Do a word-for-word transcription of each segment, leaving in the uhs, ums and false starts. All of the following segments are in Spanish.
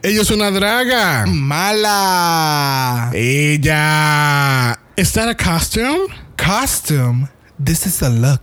Ella es una draga. Mala. Ella. Is that a costume? Costume? This is a look.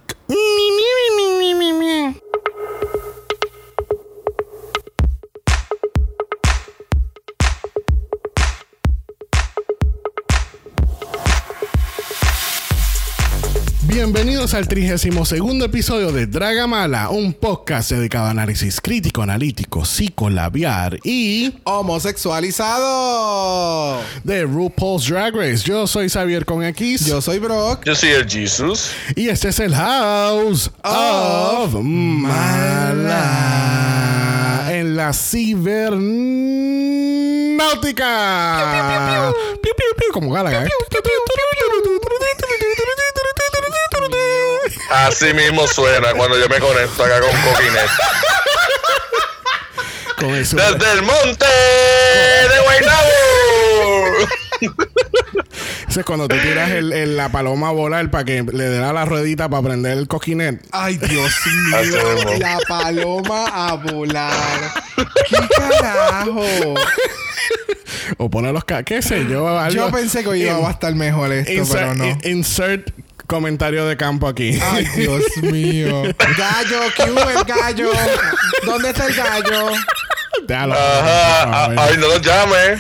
Bienvenidos al trigésimo segundo episodio de Draga Mala, un podcast dedicado a análisis crítico, analítico, psicolabiar y homosexualizado de RuPaul's Drag Race. Yo soy Xavier con X. Yo soy Brock. Yo soy el Jesus. Y este es el House of, of Mala en la cibernáutica. Piu, piu, piu, como Galaga, ¿eh? Así mismo suena cuando yo me conecto acá con Coquinet. Con eso. Desde el monte de Guaynabo. Eso es cuando tú tiras el, el, la paloma a volar para que le dé a la ruedita para prender el coquinet. Ay, Dios mío. La paloma a volar. ¿Qué carajo? O poner los... Ca- ¿Qué sé yo? Algo. Yo pensé que hoy iba a estar mejor esto, insert, pero no. In, insert comentario de campo aquí. Ay, Dios mío. Gallo, ¿qué hubo el gallo? ¿Dónde está el gallo? Déjalo. Ajá. Ay, no lo llames.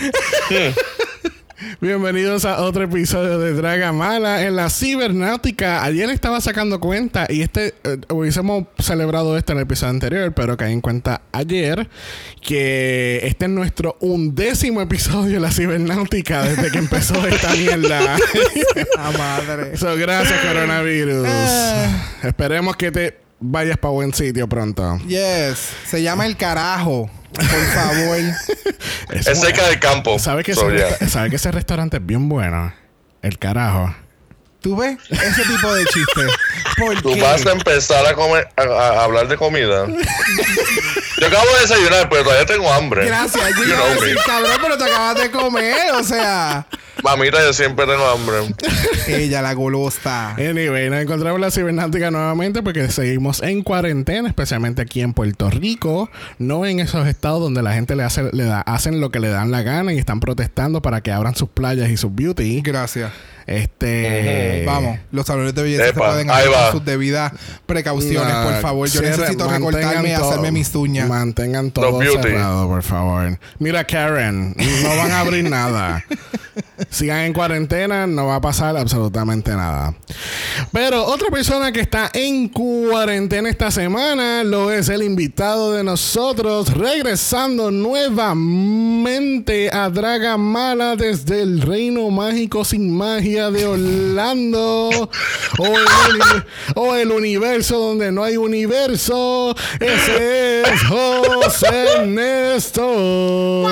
Bienvenidos a otro episodio de Draga Mala en la cibernáutica. Ayer estaba sacando cuenta y este eh, hubiésemos celebrado esto en el episodio anterior, pero caí en cuenta ayer que este es nuestro undécimo episodio de la cibernáutica desde que empezó esta mierda. ¡A madre! So, gracias, coronavirus. Uh, Esperemos que te vayas para buen sitio pronto. Yes. Se llama El Carajo. Por favor. Es, es cerca del campo. ¿Sabes que, so, ese, yeah. ¿sabe que ese restaurante es bien bueno? El Carajo. ¿Tú ves? Ese tipo de chiste. ¿Por Tú qué? vas a empezar a, comer, a, a hablar de comida. Yo acabo de desayunar, pero todavía tengo hambre. Gracias. Yo You iba a know decir, me. cabrón, pero te acabas de comer. O sea... Mamita, yo siempre tengo hambre. Ella, la golosa. Anyway, nos encontramos en la cibernáutica nuevamente porque seguimos en cuarentena, especialmente aquí en Puerto Rico, no en esos estados donde la gente le hace, le da, hacen lo que le dan la gana y están protestando para que abran sus playas y sus beauty. Gracias. Este... Uh-huh. Vamos, los salones de belleza Epa, se pueden ahí hacer va. con sus debidas precauciones, No, por favor. Yo cierre, necesito recortarme y todo- hacerme mis uñas. Mantengan todo cerrado, por favor. Mira, Karen, no van a abrir nada. Sigan en cuarentena, no va a pasar absolutamente nada. Pero otra persona que está en cuarentena esta semana lo es el invitado de nosotros, regresando nuevamente a Draga Mala desde el reino mágico sin magia de Orlando, o el, uni- o el universo donde no hay universo. Ese es José Ernesto.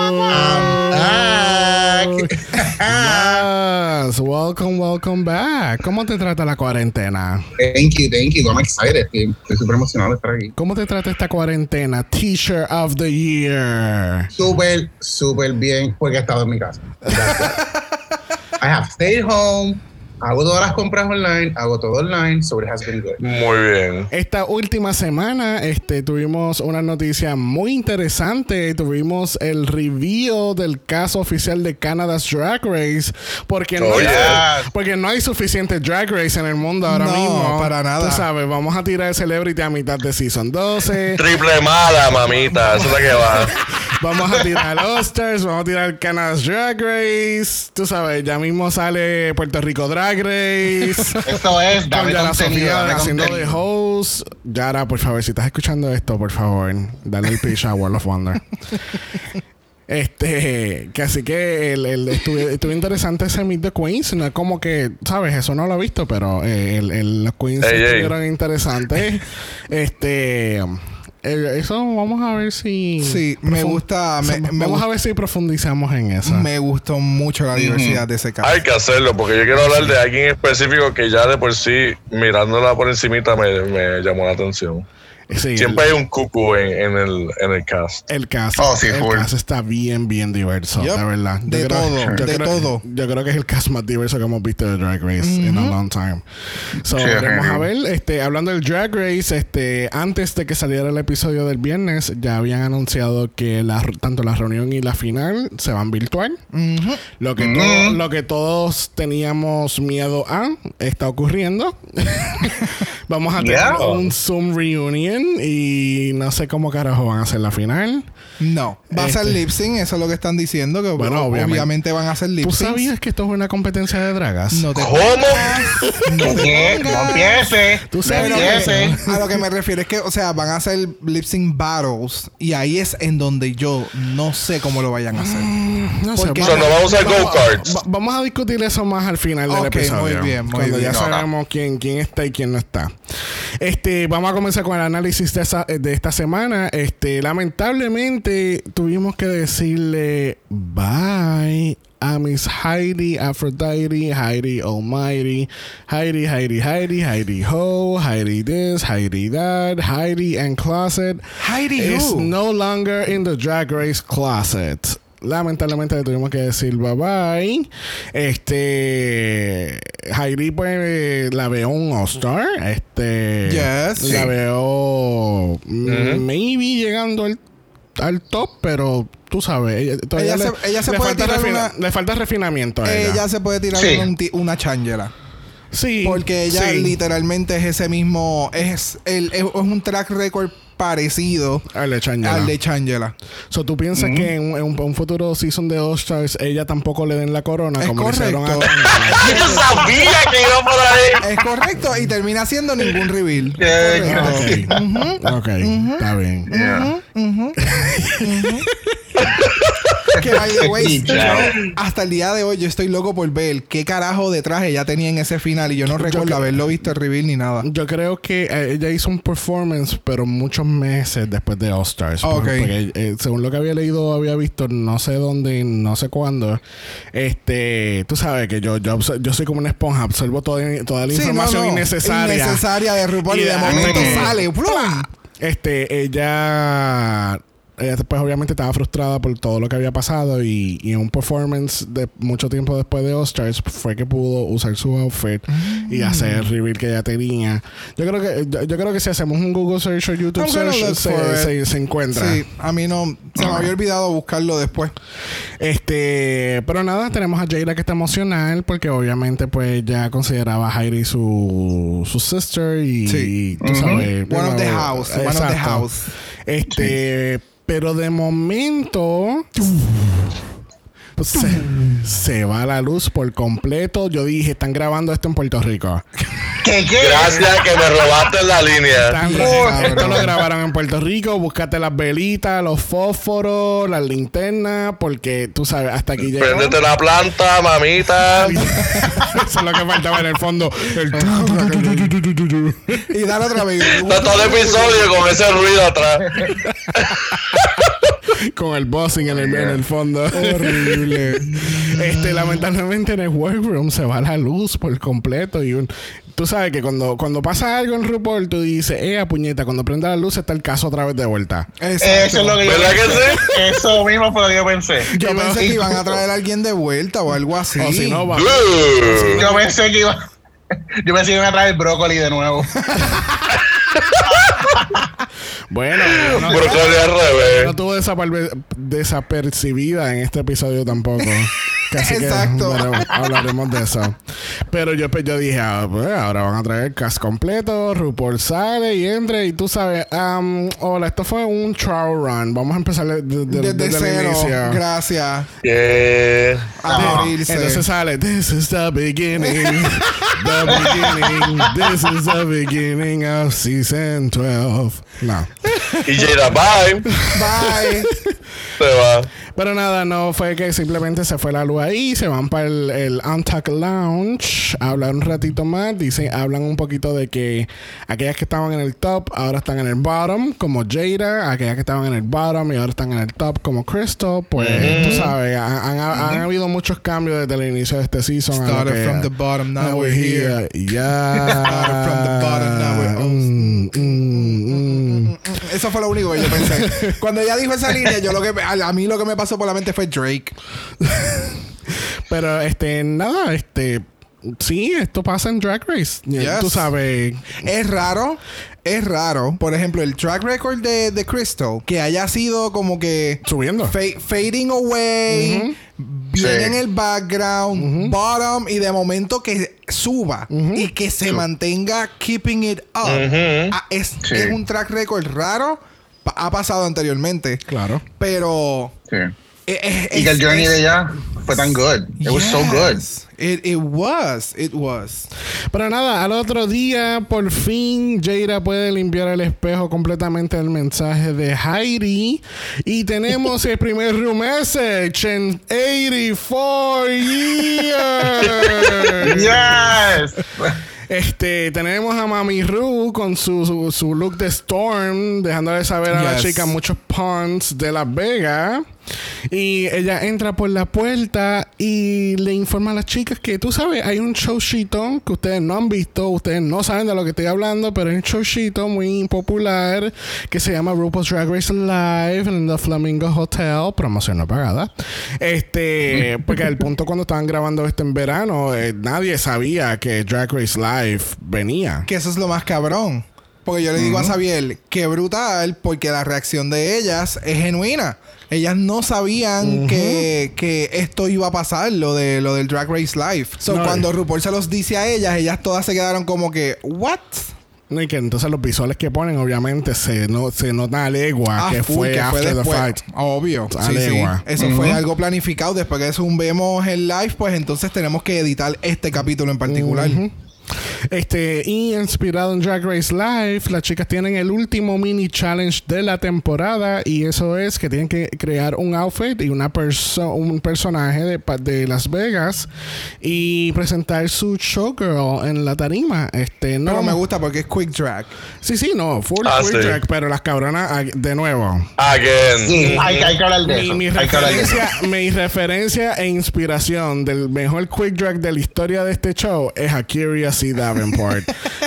Yes, welcome, welcome back. ¿Cómo te trata la cuarentena? Thank you, thank you. I'm excited. Estoy súper emocionado de estar aquí. ¿Cómo te trata esta cuarentena? Teacher of the Year. Súper, súper bien porque he estado en mi casa. I have stayed home. Hago todas las compras online, hago todo online, so it has been good. Muy bien. Esta última semana este, tuvimos una noticia muy interesante. Tuvimos el review del caso oficial de Canada's Drag Race. Porque no, Oh, hay, yeah. porque no hay suficiente Drag Race en el mundo ahora No, mismo. para nada. Tú sabes, vamos a tirar Celebrity a mitad de Season doce. Triple mala, mamita. Eso es la que va. Vamos a tirar All-Stars, vamos a tirar Canada's Drag Race. Tú sabes, ya mismo sale Puerto Rico Drag Race. Esto es, Con dame Yara contenido, Sofía dame haciendo de contenido. host. Yara, por favor, si estás escuchando esto, por favor, dale el pitch a World of Wonder. Este, que así que el, el, estuvo, estuvo interesante ese Meet the Queens. No es como que, ¿sabes? Eso no lo he visto, pero eh, el, el, los Queens Ey, ey. estuvieron interesantes. Este. eh, eso vamos a ver si... Sí, me profun- gusta... Me, me vamos gust- a ver si profundizamos en eso. me gustó mucho la diversidad de ese caso. Hay que hacerlo, porque yo quiero hablar de alguien específico que ya de por sí, mirándola por encimita, me, me llamó la atención. Sí, Siempre el, hay un cucu en, en, el, en el cast. El cast, oh, sí, el full. cast está bien, bien diverso, yep. de verdad. Yo de creo, todo, yo de creo, todo. Yo creo que es el cast más diverso que hemos visto de Drag Race Mm-hmm. in a long time. So, Sí, vamos sí. a ver, este, hablando del Drag Race, este, antes de que saliera el episodio del viernes, ya habían anunciado que la, tanto la reunión y la final se van virtual. Mm-hmm. Lo que, Mm. todo, lo que todos teníamos miedo a está ocurriendo. Vamos a tener Yeah. un Zoom reunion y no sé cómo carajo van a hacer la final. No, va a ser Este. lip sync, eso es lo que están diciendo, que Bueno, ob- obviamente. obviamente van a hacer lip ¿Tú sync. sabías que esto es una competencia de dragas? No te ¿Cómo? No te ¿Qué? pongas. No empiece. ¿Tú No sabes Pero empiece. a lo que me refiero es que, o sea, van a hacer lip sync battles y ahí es en donde yo no sé cómo lo vayan a hacer. No sé. Porque- O sea, no vamos a usar vamos- go-karts. va- Vamos a discutir eso más al final del Ok, episodio. muy bien, muy cuando bien. ya No, sabemos quién, quién está y quién no está. Este, vamos a comenzar con el análisis de, esa, de esta semana. Este, lamentablemente tuvimos que decirle bye a Miss Heidi Aphrodite, Heidi Almighty, Heidi, Heidi, Heidi, Heidi Ho, Heidi this, Heidi that, Heidi and Closet Heidi is who? no longer in the Drag Race closet. Lamentablemente le tuvimos que decir bye bye. Este Heidi pues la veo un All-Star. Este Yes. la Sí. veo mm, maybe llegando al, al top, pero tú sabes, ella, todavía Ella le, se- ella se le puede falta tirar refina- una- le falta refinamiento a ella. Ella se puede tirar Sí. un ti- una changela. Sí. Porque ella sí. literalmente es ese mismo. Es, el, es, es un track record parecido Al de Changela. al de Changela. So, ¿tú piensas que en, en un, un futuro season de All Stars ella tampoco le den la corona Es como le hicieron a correcto. Changela? Yo sabía que iba por ahí. Es correcto y termina siendo ningún reveal. Eh, Ok, ok, está bien. yeah. Que by the way, Ya. yo, hasta el día de hoy yo estoy loco por ver qué carajo de traje ella tenía en ese final y yo no recuerdo creo- haberlo visto el reveal ni nada. Yo creo que eh, ella hizo un performance, pero muchos meses después de All Stars. Ok. Porque eh, según lo que había leído, había visto, no sé dónde, no sé cuándo. Este, tú sabes que yo, yo, absor- yo soy como una esponja, absorbo toda, toda la Sí, información no, no. innecesaria. Innecesaria de RuPaul y, Y de de- momento Mm. sale. ¡plum! Este, ella, ella pues obviamente estaba frustrada por todo lo que había pasado y, y en un performance de mucho tiempo después de All Stars fue que pudo usar su outfit y hacer el reveal que ella tenía. Yo creo que yo, yo creo que si hacemos un Google search o YouTube I'm gonna search look se, for it. se, se encuentra. Sí, a mí no. Se me había olvidado buscarlo después. Este, pero nada, tenemos a Jada que está emocional porque obviamente pues ya consideraba a Heidi su, su sister y, Sí. tú sabes, One of the bueno, house. One of the exacto. house. Este, pero de momento pues, se, se va la luz por completo. Yo dije, están grabando esto en Puerto Rico. ¿Qué, qué? Gracias que me robaste la línea. Están Bien, gra- cabrón. esto lo grabaron en Puerto Rico. Búscate las velitas, los fósforos, las linternas, porque tú sabes, hasta aquí llegó. Préndete la planta, mamita. Eso es lo que faltaba en el fondo. El Y dale otra vez. Está todo el episodio con ese ruido atrás. con el buzzing en el, en el fondo. Horrible. Este, lamentablemente en el workroom se va la luz por completo. Y un, tú sabes que cuando, cuando pasa algo en RuPaul, tú dices, eh, puñeta, cuando prenda la luz está el caso otra vez de vuelta. Exacto. Eso es lo que yo ¿Verdad que pensé. sí? Eso mismo fue lo que yo pensé. Yo pensé que iban a traer a alguien de vuelta o algo así. O si no, va. Uh. Yo pensé que iba. Yo pensé que iban a traer brócoli de nuevo. Bueno, no, Brócoli al no revés. estuvo desapar- desapercibida en este episodio tampoco. Así que, Exacto. bueno, hablaremos de eso. Pero yo, pues, yo dije, ah, pues, ahora van a traer el cast completo. RuPaul sale y entra. Y tú sabes, um, hola, esto fue un trial run. Vamos a empezar de- de- de- Desde, desde, el cero. inicio. Gracias. Que A No. morirse. Entonces sale, this is the beginning, the beginning, this is the beginning of season twelve. No. y Jada, bye. Bye. Se va. Pero nada, no fue que simplemente se fue la luz ahí, se van para el, el Untucked Lounge, hablan un ratito más, dicen, hablan un poquito de que aquellas que estaban en el top ahora están en el bottom, como Jada, aquellas que estaban en el bottom y ahora están en el top, como Crystal, pues tú sabes, han, han, han habido muchos cambios desde el inicio de este season. a lo Started que- from the bottom, now now we're here. Yeah. Started from the bottom, now we're Mm, mm, mm. eso fue lo único que yo pensé. Cuando ella dijo esa línea, yo lo que a, a mí lo que me pasó por la mente fue Drake. Pero este, nada, este, sí, esto pasa en Drag Race. Yes. Tú sabes. Es raro, es raro. Por ejemplo, el track record de, de Crystal, que haya sido como que Subiendo. fa- fading away, Uh-huh. bien Sí. en el background, Uh-huh. bottom, y de momento que suba Uh-huh. y que se mantenga keeping it up. Ujú. Ah, es, Sí. es un track record raro. Pa- ha pasado anteriormente. Claro. Pero. Sí. es- es- Y que el es- journey es- de ella fue tan good. It was so good. Yes. It, it was. It was. Pero nada, al otro día, por fin, Jada puede limpiar el espejo completamente del mensaje de Heidi. Y tenemos el primer room message en ochenta y cuatro years. Yes. Este, tenemos a Mami Ru con su, su, su look de Storm, dejándole saber a la Yes. chica muchos puns de Las Vegas. Y ella entra por la puerta y le informa a las chicas que, tú sabes, hay un showcito que ustedes no han visto, ustedes no saben de lo que estoy hablando, pero hay un showcito muy popular que se llama RuPaul's Drag Race Live en The Flamingo Hotel, promoción no pagada. Este, porque al punto cuando estaban grabando esto en verano, eh, nadie sabía que Drag Race Live venía. Que eso es lo más cabrón. Porque yo le digo a Xavier, qué brutal, porque la reacción de ellas es genuina. Ellas no sabían Ujú. que, que esto iba a pasar, lo de lo del Drag Race Live. So, No, cuando eh. RuPaul se los dice a ellas, ellas todas se quedaron como que, ¿what? No, y que entonces los visuales que ponen, obviamente, se, no, se nota a legua Ah, que full, fue que after the después. fight. Obvio. A Sí, sí. legua. Eso Ujú. fue algo planificado. Después que eso vemos el live, pues entonces tenemos que editar este capítulo en particular. Ujú. Este, y inspirado en Drag Race Live, las chicas tienen el último mini challenge de la temporada, y eso es que tienen que crear un outfit y una perso un personaje de, pa- de Las Vegas y presentar su showgirl en la tarima. Este, no Pero me gusta porque es quick drag. Sí, sí, no, full Ah, quick sí. drag, pero las cabronas, ah, de nuevo. Again. Sí, hay, que- hay que hablar de Mi, eso. mi hay que hablar de eso. referencia, mi referencia e inspiración del mejor quick drag de la historia de este show es a Curious C. Davenport.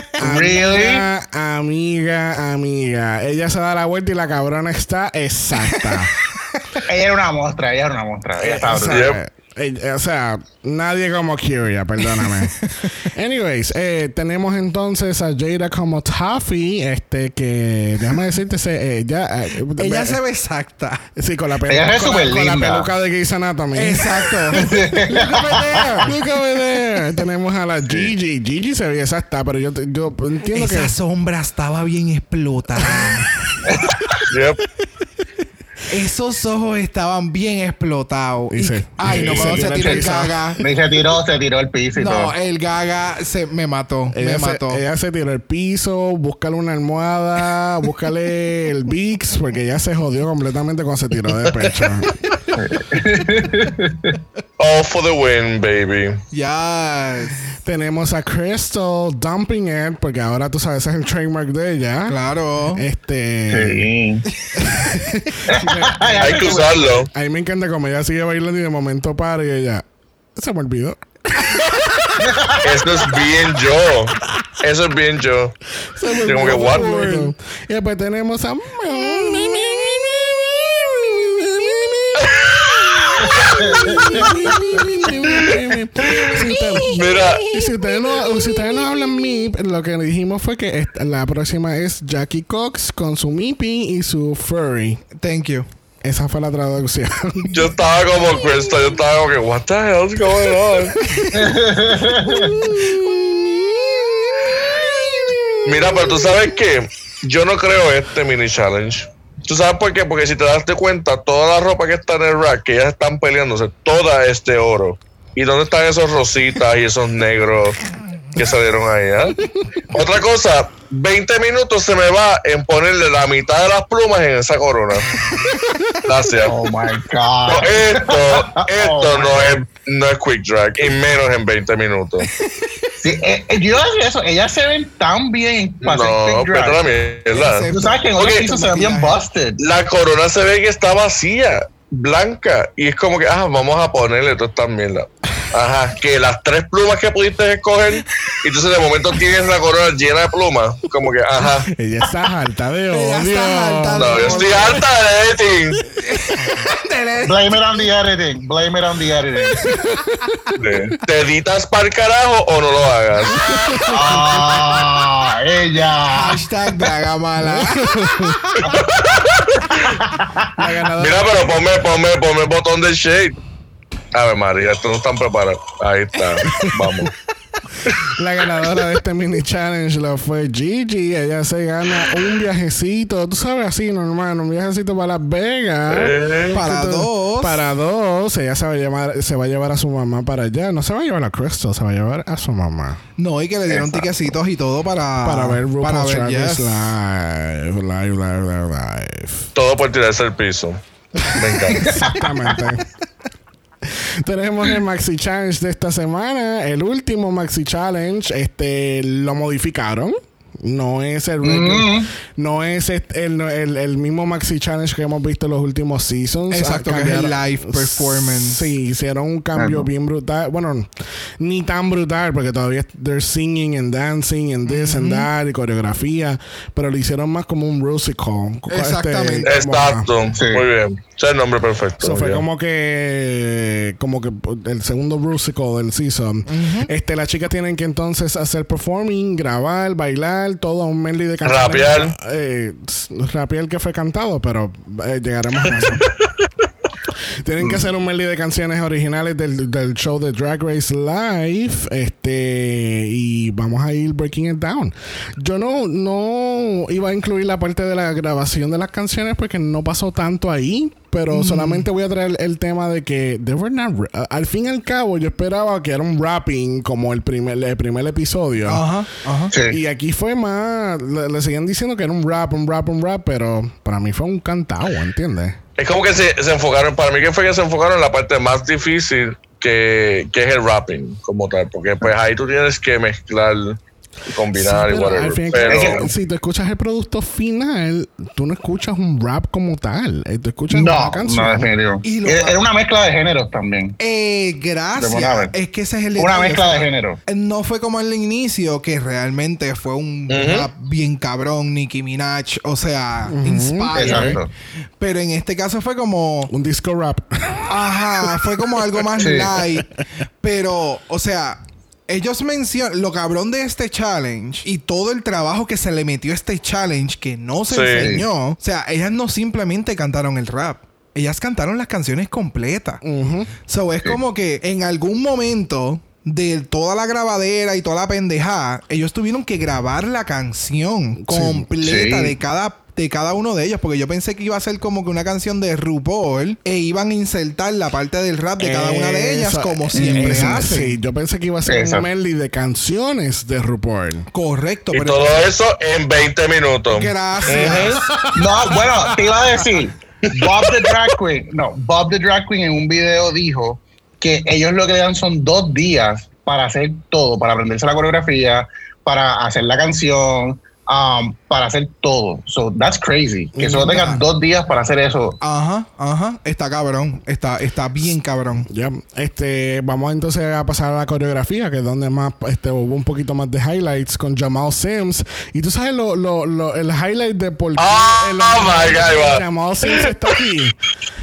Amiga, amiga, amiga. Ella se da la vuelta y la cabrona está exacta. Ella era una muestra, ella era una muestra. Ella estaba O sea, brutal. eh, o sea, nadie como Curia, perdóname. Anyways, eh, tenemos entonces a Jada como Taffy, este que, déjame decirte, se, eh, ya, eh, Ella eh, se ve exacta. sí, con la, pelu- Ella es con la- súper con la linda. peluca de Grey's Anatomy. Exacto. Look over there, look over there. Tenemos a la Gigi. Gigi se ve exacta, pero yo, yo entiendo Esa que... sombra estaba bien explotada. Yep. Esos ojos estaban bien explotados. Y Y- se- ay, no, y cuando se se tira tiró el el piso. gaga. Y se tiró, se tiró el piso y No, todo. el gaga se me mató. Ella me se, mató. ella se tiró el piso, búscale una almohada, búscale el Vicks, porque ella se jodió completamente cuando se tiró de pecho. All for the win, baby. Yes. Tenemos a Crystal dumping it, porque ahora tú sabes, ese es el trademark de ella. Claro. Este. Sí. Hay que usarlo. A mí me encanta como ella sigue bailando y de momento para y ella. Se me olvidó. Eso es bien yo. Eso es bien yo. Se me Yo como que, olvidó what? por completo. Y después tenemos a. Si usted- Mira, Si ustedes, no, si ustedes no hablan M I P, lo que dijimos fue que esta- la próxima es Jackie Cox con su M I P I y su Furry. Thank you. Esa fue la traducción. yo estaba como Crystal. Yo estaba como que, what the hell's going on? Mira, pero tú sabes qué, yo no creo este mini challenge. ¿Tú sabes por qué? Porque si te das de cuenta, toda la ropa que está en el rack, que ellas están peleándose, toda es de oro. ¿Y dónde están esos rositas y esos negros que salieron ahí? ¿Eh? Otra cosa, veinte minutos se me va en ponerle la mitad de las plumas en esa corona. Gracias. Oh my No, God. esto esto Oh, no, es, no es quick drag, y menos en veinte minutos. Sí, eh, eh, yo iba a decir eso. Ellas se ven tan bien para No, hacer quick vete a la drag. mierda. Tú sabes que en otros Ok, pisos se ven bien busted. La corona se ve que está vacía, blanca, y es como que, ah, vamos a ponerle toda esta mierda. Ajá, que las tres plumas que pudiste escoger, y entonces de momento tienes la corona llena de plumas. Como que, ajá. Ella está harta de Ella odio. está harta de No, yo estoy harta de editing. Blame it on the editing. Blame it on the editing. ¿Te editas para el carajo o no lo hagas? Ah, ella. Hashtag Dragamala. La ganadora. Mira, pero ponme, ponme, ponme el botón del shade. A ver, María, estos no están preparados. Ahí está. Vamos. La ganadora de este mini challenge lo fue Gigi. Ella se gana un viajecito, tú sabes, así normal, un viajecito para Las Vegas. Eh, Para Entonces, dos. Para dos. Ella se va, a llevar, se va a llevar a su mamá para allá. No se va a llevar a Crystal, se va a llevar a su mamá. No, y que le dieron tiquecitos y todo para... Para ver RuPaul's para ver, Drag Race yes. live. Live, live, live, live. todo por tirarse al piso. Me encanta. Exactamente. Tenemos el Maxi Challenge de esta semana. El último Maxi Challenge, este, lo modificaron. No es el regular, Mm. no es el, el, el, el mismo Maxi Challenge que hemos visto en los últimos seasons. Exacto, Ah, que es el cambiaron- live performance. Sí, hicieron un cambio Ajá. bien brutal. Bueno, ni tan brutal porque todavía they're singing and dancing and this and that y coreografía, pero lo hicieron más como un musical. Exactamente. como- Exacto. Sí. Muy bien. Ese es el nombre perfecto. Eso fue ya. como que como que el segundo musical del season. Este, las chicas tienen que entonces hacer performing, grabar, bailar, todo un medley de canciones. Rapear. Eh, rapear que fue cantado, pero eh, llegaremos a eso. Tienen que hacer un medley de canciones originales del, del show de Drag Race Live. Este, y vamos a ir breaking it down. Yo no, no iba a incluir la parte de la grabación de las canciones porque no pasó tanto ahí. Pero solamente voy a traer el tema de que they were not ra- al fin y al cabo yo esperaba que era un rapping como el primer, el primer episodio. Ajá, ajá. Sí. Y aquí fue más, le, le seguían diciendo que era un rap, un rap, un rap, pero para mí fue un cantado, ¿entiendes? Es como que se, se enfocaron, para mí que fue que se enfocaron en la parte más difícil que, que es el rapping como tal, porque pues ahí tú tienes que mezclar y combinar Sí, y pero whatever. al fin y al Pero, cabo, si tú escuchas el producto final, tú no escuchas un rap como tal. eh, Tú escuchas No, una canción. no, definitivo. Y lo- Era era una mezcla de géneros también. Eh, De gracias. Monave. Es que ese es el Una detalle. mezcla de géneros. No fue como en el inicio, que realmente fue un Ujú. rap bien cabrón, Nicki Minaj, o sea, inspired. Exacto. Pero en este caso fue como, Un disco rap. ajá, fue como algo más Sí. light. Pero, o sea, ellos mencionan lo cabrón de este challenge y todo el trabajo que se le metió a este challenge que no se Sí. enseñó. O sea, ellas no simplemente cantaron el rap. Ellas cantaron las canciones completas. Ujú. So, es como que en algún momento de toda la grabadera y toda la pendejada, ellos tuvieron que grabar la canción completa Sí. de cada de cada uno de ellos, porque yo pensé que iba a ser como que una canción de RuPaul e iban a insertar la parte del rap de cada una de ellas Eso- como siempre eso, hacen. Sí, yo pensé que iba a ser Exacto. un medley de canciones de RuPaul. Correcto, y pero todo eso en veinte minutos. gracias. No, bueno, te iba a decir, Bob the Drag Queen, no, Bob the Drag Queen en un video dijo que ellos lo que le dan son dos días para hacer todo, para aprenderse la coreografía, para hacer la canción, um, para hacer todo. So that's crazy. Que solo tengan dos días para hacer eso. Ajá, ajá, está cabrón, está está bien cabrón. Ya, este, vamos entonces a pasar a la coreografía, que es donde más este, hubo un poquito más de highlights con Jamal Sims. Y tú sabes lo, lo, lo, el highlight de por qué Oh, el- oh my God, va. Jamal Sims está aquí.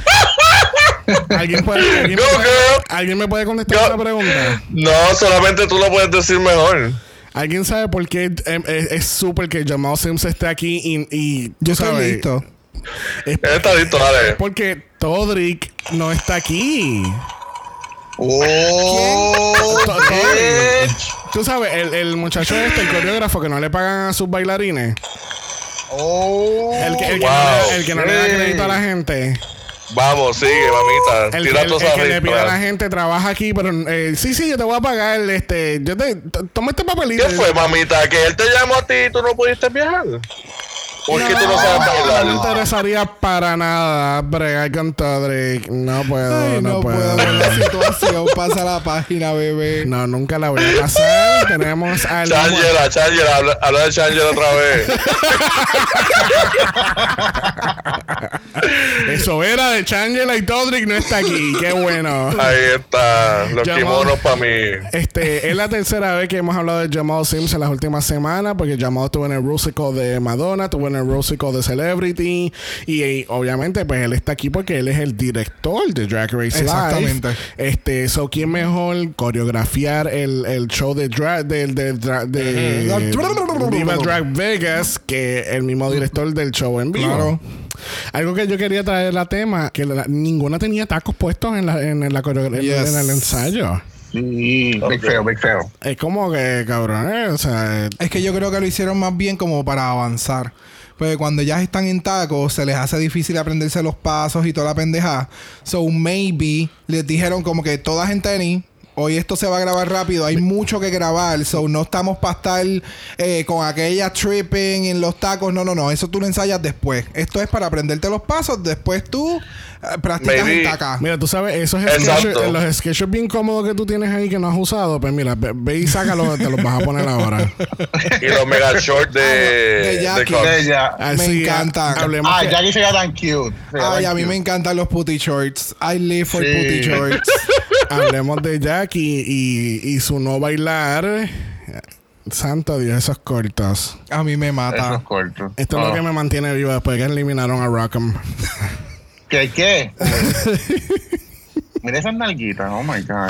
¿Alguien, puede, alguien, Go, me puede, girl. ¿Alguien me puede contestar Go. esa pregunta? No, solamente tú lo puedes decir mejor. ¿Alguien sabe por qué eh, es es súper que Jamal Sims esté aquí y, y Yo tú estoy sabes, listo. Es Él está listo, dale. porque Todrick no está aquí. Oh, To- bitch. Tú sabes, el, el muchacho este, el coreógrafo que no le pagan a sus bailarines. Oh, El que, el que Wow. no, le, el que no le da sí. crédito a la gente. Vamos, sigue, mamita. El, Tira el- todas el esas que le pide a la risas. gente trabaja aquí, pero eh, sí, sí, yo te voy a pagar. Este, yo te, t- toma este papelito. ¿Qué fue, mamita? ¿Que él te llamó a ti y tú no pudiste viajar? ¿Por qué tú no sabes No me bailar? interesaría para nada bregar con Todrick. No puedo, Ay, no, no puedo. puedo ver la situación. Pasa la página, bebé. No, nunca la voy a pasar. Tenemos al Changela, Changela, habla, habla de Changela otra vez. Eso era de Changela y Todrick no está aquí. Qué bueno. Ahí está. Los Jamal, kimonos para mí. Este, es la tercera vez que hemos hablado de Jamal Sims en las últimas semanas, porque Jamal estuvo en el Rusical de Madonna, estuvo en el Rusical de Celebrity, y, y obviamente pues él está aquí porque él es el director de Drag Race Live. Exactamente. Este, so, ¿quién mejor coreografiar el, el show de drag de, de, de, de, de Diva Drag Vegas que el mismo director del show en vivo? Claro. Algo que yo quería traer la tema, que la, ninguna tenía tacos puestos en, la, en, la coreo- Yes. en, en el ensayo. Sí, big feo, big feo. Es como que, cabrón, eh, o sea... Es que yo creo que lo hicieron más bien como para avanzar. Porque cuando ya están en tacos, se les hace difícil aprenderse los pasos y toda la pendejada. So, maybe les dijeron como que todas en tenis. Hoy esto se va a grabar rápido. Hay mucho que grabar. So, no estamos para estar eh, con aquella tripping en los tacos. No, no, no. Eso tú lo ensayas después. Esto es para aprenderte los pasos. Después tú eh, practicas Maybe. en taca. Mira, tú sabes, esos Exacto. sketches, los sketches bien cómodos que tú tienes ahí que no has usado, pues mira, ve, ve y sácalos, te los vas a poner ahora. Y los mega shorts de, de Jackie. Cox. De ella. Así, Me encantan. ha- hablemos Ah, que- Jackie se ve tan cute. Se ve Ay, tan a mí cute. me encantan los putty shorts. I live for Sí. putty shorts. hablemos de Jackie y, y su no bailar. Santo Dios, esos cortos. A mí me Eso mata. es corto. Esto es Oh. lo que me mantiene vivo después de que eliminaron a Rockham. ¿Qué? ¿Qué? Mira esas nalguitas. Oh my God.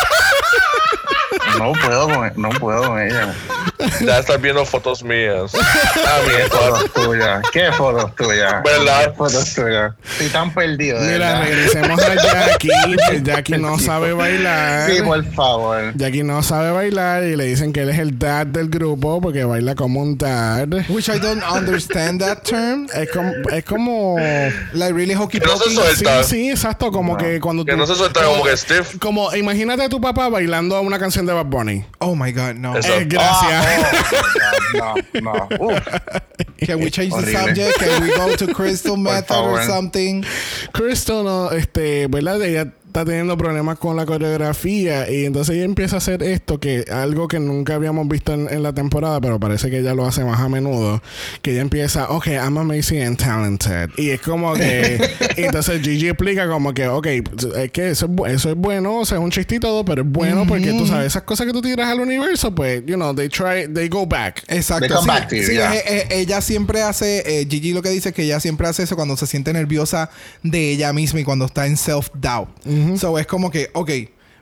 No puedo con, no puedo con ella. Ya estás viendo fotos mías. Ah, mi ¿Qué fotos tuyas? ¿Qué fotos tuyas? ¿Verdad? ¿Qué fotos tuyas? Estoy tan perdido. de Mira, verdad. regresemos a Jackie. Que Jackie no sabe bailar. Sí, por favor. Jackie no sabe bailar y le dicen que él es el dad del grupo porque baila como un dad. Which I don't understand that term. Es como, es como Like really hokey Que no se pokey. suelta. sí, sí, exacto, como que cuando Que tú- no se suelta como que Steve. como imagínate a tu papá bailando una canción de Bad Bunny. Oh my God, no. Eso. Eh, gracias. Ah, oh, no, no. Uf. Can we change the Horrible. subject? Can we go to Crystal Method or favor. something? Crystal, no, este, ¿verdad? Ella está teniendo problemas con la coreografía y entonces ella empieza a hacer esto que algo que nunca habíamos visto en, en la temporada, pero parece que ella lo hace más a menudo, que ella empieza, ok, I'm amazing and talented, y es como que y entonces Gigi explica como que, ok, es que eso es, bu- eso es bueno, o sea, es un chiste y todo, pero es bueno porque tú sabes, esas cosas que tú tiras al universo, pues, you know, they try, they go back. Exacto. They come Sí, back to you, sí, yeah. eh, eh, ella siempre hace, eh, Gigi lo que dice es que ella siempre hace eso cuando se siente nerviosa de ella misma y cuando está en self-doubt. So es como que, ok,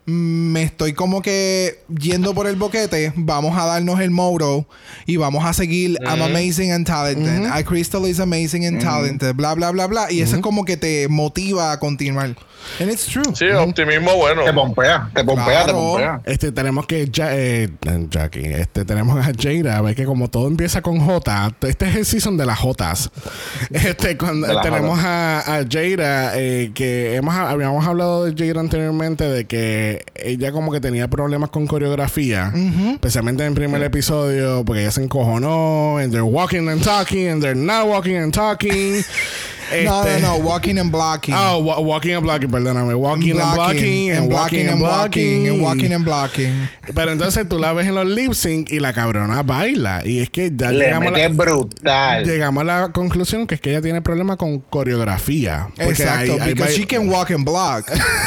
me estoy como que yendo por el boquete, vamos a darnos el moro y vamos a seguir I'm amazing and talented. I Crystal is amazing and talented. Bla, bla, bla, bla. Y eso es como que te motiva a continuar. And it's true. Sí, optimismo bueno. Te pompea, te pompea, te Claro. pompea. Este, tenemos que ya, eh, Jackie, este, tenemos a Jada, ve que como todo empieza con J, este es el season de las Jotas. Este, cuando De las tenemos a, a Jada, eh, que hemos, habíamos hablado de Jada anteriormente, de que ella como que tenía problemas con coreografía, especialmente en el primer episodio, porque ella se encojonó, and they're walking and talking, and they're not walking and talking. No, no, Este- no. Walking and blocking. Oh, wa- walking and blocking, perdóname. Walking and blocking, and walking and blocking, and walking and blocking. Pero entonces tú la ves en los lip sync y la cabrona baila. Y es que ya Le llegamos a, mete la, brutal. llegamos a la conclusión que es que ella tiene problemas con coreografía. Porque Exacto, hay- hay because ba- she can walk and block.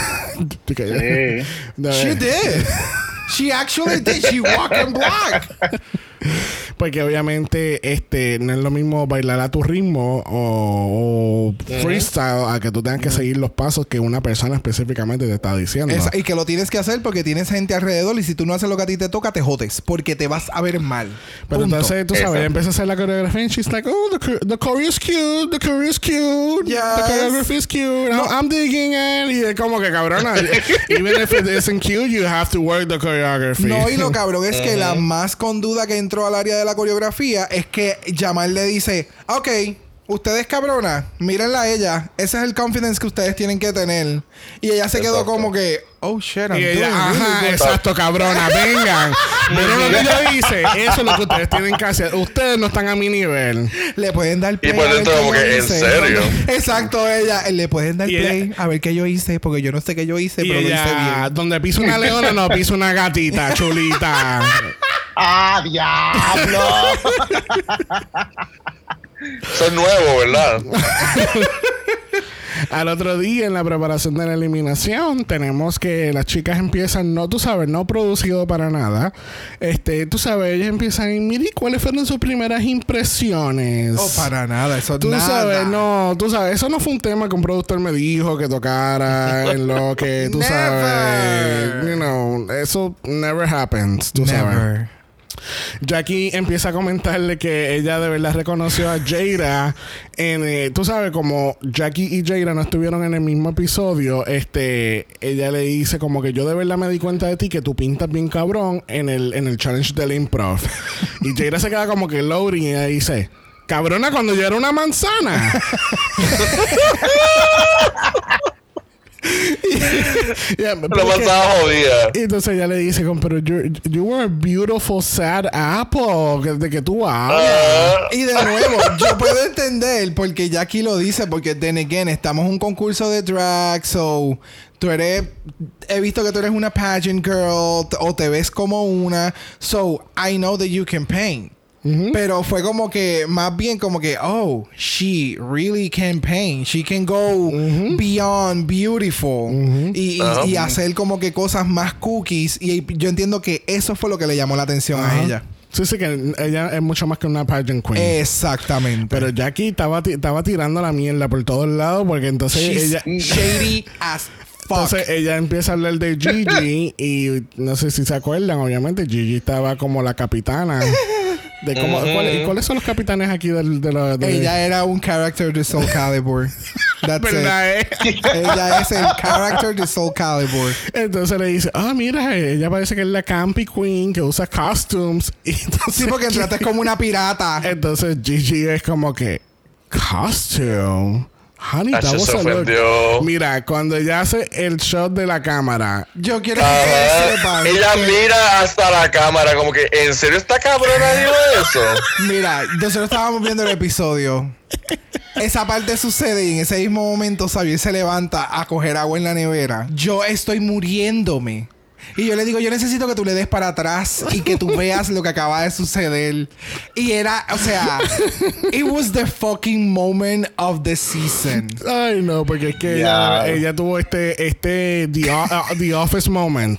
que- Sí. de- She did. She actually did. She walk and block. Porque obviamente este no es lo mismo bailar a tu ritmo o, o freestyle a que tú tengas que seguir los pasos que una persona específicamente te está diciendo. Esa- y que lo tienes que hacer porque tienes gente alrededor y si tú no haces lo que a ti te toca, te jodes. Porque te vas a ver mal. Pero Punto. entonces, tú sabes, Exacto. ella empieza a hacer la coreografía y she's like, oh, the, chor- the choreo is cute, the choreo is cute, Yes. the choreography is cute, I'm, I'm digging it. Y es como que, cabrona, even if it isn't cute, you have to work the choreography. No, y lo cabrón es que la más con duda que entró al área de la coreografía es que Jamal le dice, ok, ustedes cabronas, mírenla a ella. Ese es el confidence que ustedes tienen que tener. Y ella se quedó Exacto. como que, oh shit, I'm Y doing ella, really ajá, good. exacto, cabrona, vengan. Miren lo que yo hice. Eso es lo que ustedes tienen que hacer. Ustedes no están a mi nivel. Le pueden dar play. por a ver dentro qué como yo que, ¿en hice. serio? Exacto, ella. Le pueden dar Y play ella- a ver qué yo hice, porque yo no sé qué yo hice, Y pero lo hice ella, bien. donde pisa una leona, no pisa una gatita, chulita. ¡Ah, diablo! Eso es nuevo, ¿verdad? Al otro día, en la preparación de la eliminación, tenemos que las chicas empiezan, no, tú sabes, no producido para nada. Este, tú sabes, ellas empiezan y mire, ¿cuáles fueron sus primeras impresiones? Oh, para nada, eso Tú nada. sabes, no, tú sabes, eso no fue un tema que un productor me dijo que tocara en lo que, tú Never. sabes, you know, eso never happens, tú sabes. Never. Jackie empieza a comentarle que ella de verdad reconoció a Jada en, eh, tú sabes, como Jackie y Jada no estuvieron en el mismo episodio, este, ella le dice como que yo de verdad me di cuenta de ti que tú pintas bien cabrón en el, en el challenge del improv. Y Jada se queda como que loading y ella dice, cabrona, cuando yo era una manzana. Yeah, Lo pasaba jodida. y entonces ella le dice, como, pero you, you were a beautiful sad apple, que- de que tú hablas. Ah, Y de nuevo, yo puedo entender porque Jackie lo dice, porque then again, estamos en un concurso de drag, so tú eres, he visto que tú eres una pageant girl t- o te ves como una, so I know that you can paint. Pero fue como que, más bien como que, oh, she really can paint. She can go beyond beautiful. Y, y- Ajá. y hacer como que cosas más cookies. Y yo entiendo que eso fue lo que le llamó la atención a ella. Sí, sí, que ella es mucho más que una pageant queen. Exactamente. Pero Jackie estaba, ti- estaba tirando la mierda por todos lados porque entonces She's ella... shady as fuck. Entonces ella empieza a hablar de Gigi y no sé si se acuerdan, obviamente Gigi estaba como la capitana de cómo, Ujú. ¿cuál- ¿cuáles son los capitanes aquí del, de la... de- Ella era un character de Soul Calibur. That's it. ¿Verdad, eh? Ella es el character de Soul Calibur. Entonces le dice, ah, mira, ella parece que es la campy queen que usa costumes. Y entonces, Sí, porque entraste como una pirata. entonces Gigi es como que, costume. Honey, that Hacho was se a look. ofendió. Mira, cuando ella hace el shot de la cámara, Yo quiero que Ajá. sepan Ella que- mira hasta la cámara como que, ¿en serio esta cabrona dijo eso? Mira, nosotros estábamos viendo el episodio. Esa parte sucede y en ese mismo momento Xavier se levanta a coger agua en la nevera. Yo estoy muriéndome. Y yo le digo, yo necesito que tú le des para atrás y que tú veas lo que acaba de suceder. Y era, o sea, it was the fucking moment of the season. ay no, porque es que Ya. ella, ella tuvo este, este The, O- uh, The Office moment.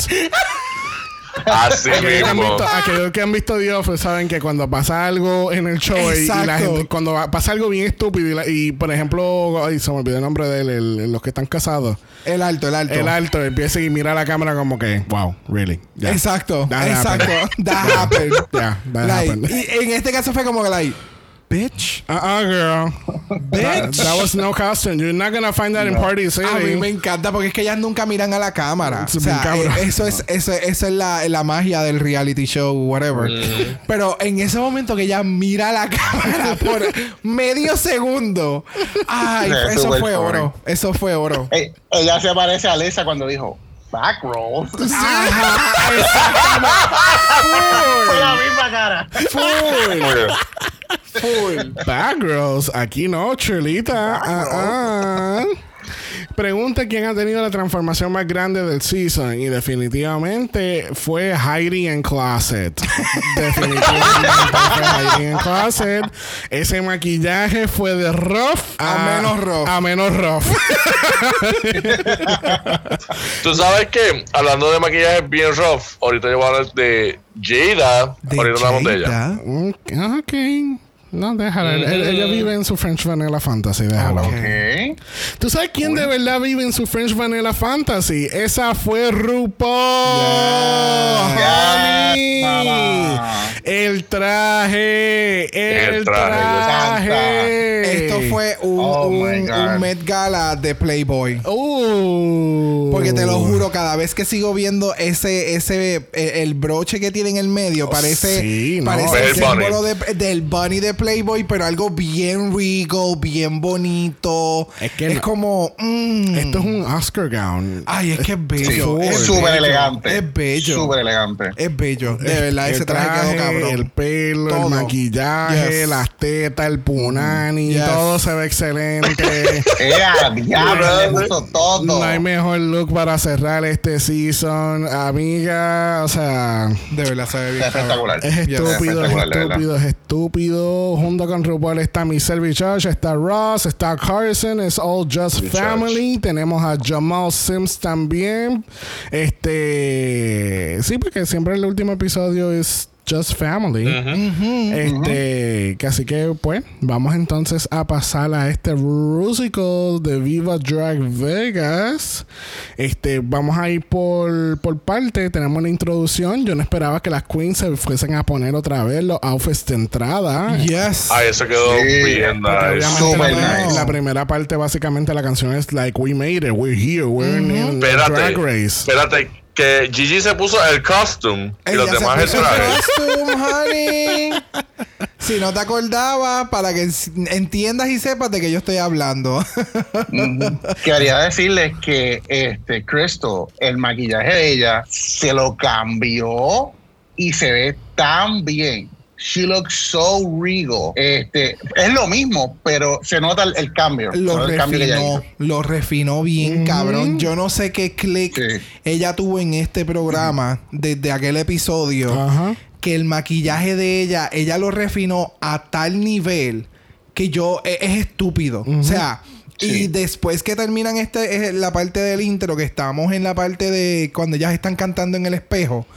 Así Aquellos que, han mismo. visto, aquellos que han visto The Office saben que cuando pasa algo en el show y, y la Exacto. gente, cuando va- pasa algo bien estúpido y, la- y, por ejemplo, ay, se me olvidó el nombre de él, el- los que están casados, El alto, el alto. el alto empieza y mira a la cámara como que, wow, really. Yeah. Exacto, That exacto. happened. That happened. Yeah, that Like, happened. y en este caso fue como que, like, bitch. Uh-uh, girl. That, Bitch. that was no costume. You're not gonna find that in Party City. A mí me encanta porque es que ellas nunca miran a la cámara. Es O sea, bien cabrón. eh, eso es, eso, eso es la, la magia del reality show, whatever. Pero en ese momento que ella mira a la cámara por medio segundo, ay, Sí, eso súper fue funny. oro. Eso fue oro. Eh, ella se parece a Alessa cuando dijo back roll. Ajá, Fue la misma cara. Full. Bad Girls. Aquí no, chulita. Ah, ah. Pregunta quién ha tenido la transformación más grande del season. Y definitivamente fue Heidi en Closet. Definitivamente fue Heidi en Closet. Ese maquillaje fue de rough A menos rough. A menos rough. Tú sabes que, hablando de maquillaje bien rough, ahorita yo voy a hablar de Jada. De Ahorita hablamos de ella. Jada. Mm, ok. No, déjala. Ella- Ella vive en su French Vanilla Fantasy. Déjala. Ok. ¿Tú sabes quién de verdad vive en su French Vanilla Fantasy? Esa fue RuPaul. Yeah. honey. Mamá. El traje. El, El traje. traje. Esto fue un, Oh my un, God. un Met Gala de Playboy. Uh. Porque te lo juro, cada vez que sigo viendo ese, ese, el, el broche que tiene en el medio, parece, sí, no. parece el El bunny. símbolo de- del bunny de Playboy, pero algo bien regal, bien bonito. Es que es no. como, mm, Esto es un Oscar gown. ay, es que es bello. Sí, es súper bello, elegante. Es bello. Súper elegante. Es bello. De verdad, El ese traje, quedó cabrón. el pelo, Todo. el maquillaje, Yes. las tetas, el punani, Yes. todo se ve excelente. Ea, diablo, le puso todo. No hay mejor look para cerrar este season, amiga. O sea, De verdad, se ve bien. cabrón. Espectacular. es Yes. estúpido, es Espectacular, de verdad. estúpido, es estúpido. RuPaul. Junto con RuPaul está Michelle Visage, está Ross, está Carson. It's all just Visage. family. Tenemos a Jamal Sims también. Este... Sí, porque siempre el último episodio es Just Family. Uh-huh. Este, que así que pues vamos entonces a pasar a este musical de Viva Drag Vegas. Este, vamos a ir por, por parte. Tenemos una introducción. Yo no esperaba que las queens se fuesen a poner otra vez los outfits de entrada. Yes. Ah, eso quedó Sí, bien Porque nice. obviamente Super la, nice. la primera parte básicamente la canción es like we made it, we're here, we're in, in Espérate, Drag Race. espérate, que Gigi se puso el costume y Ella los se demás el puso el traje. costume, honey. Si no te acordabas, para que entiendas y sepas de qué yo estoy hablando. Ujú. Quería decirles que este Crystal, el maquillaje de ella se lo cambió y se ve tan bien. She looks so regal. Este, es lo mismo, pero se nota el, el cambio. Lo el cambio que ella refinó, hizo. lo refinó bien, cabrón. Yo no sé qué click Sí. ella tuvo en este programa desde aquel episodio. Ajá. Que el maquillaje de ella, ella lo refinó a tal nivel que yo es, es estúpido. O sea, Sí. y después que terminan este, eh, la parte del intro, que estamos en la parte de cuando ellas están cantando en el espejo.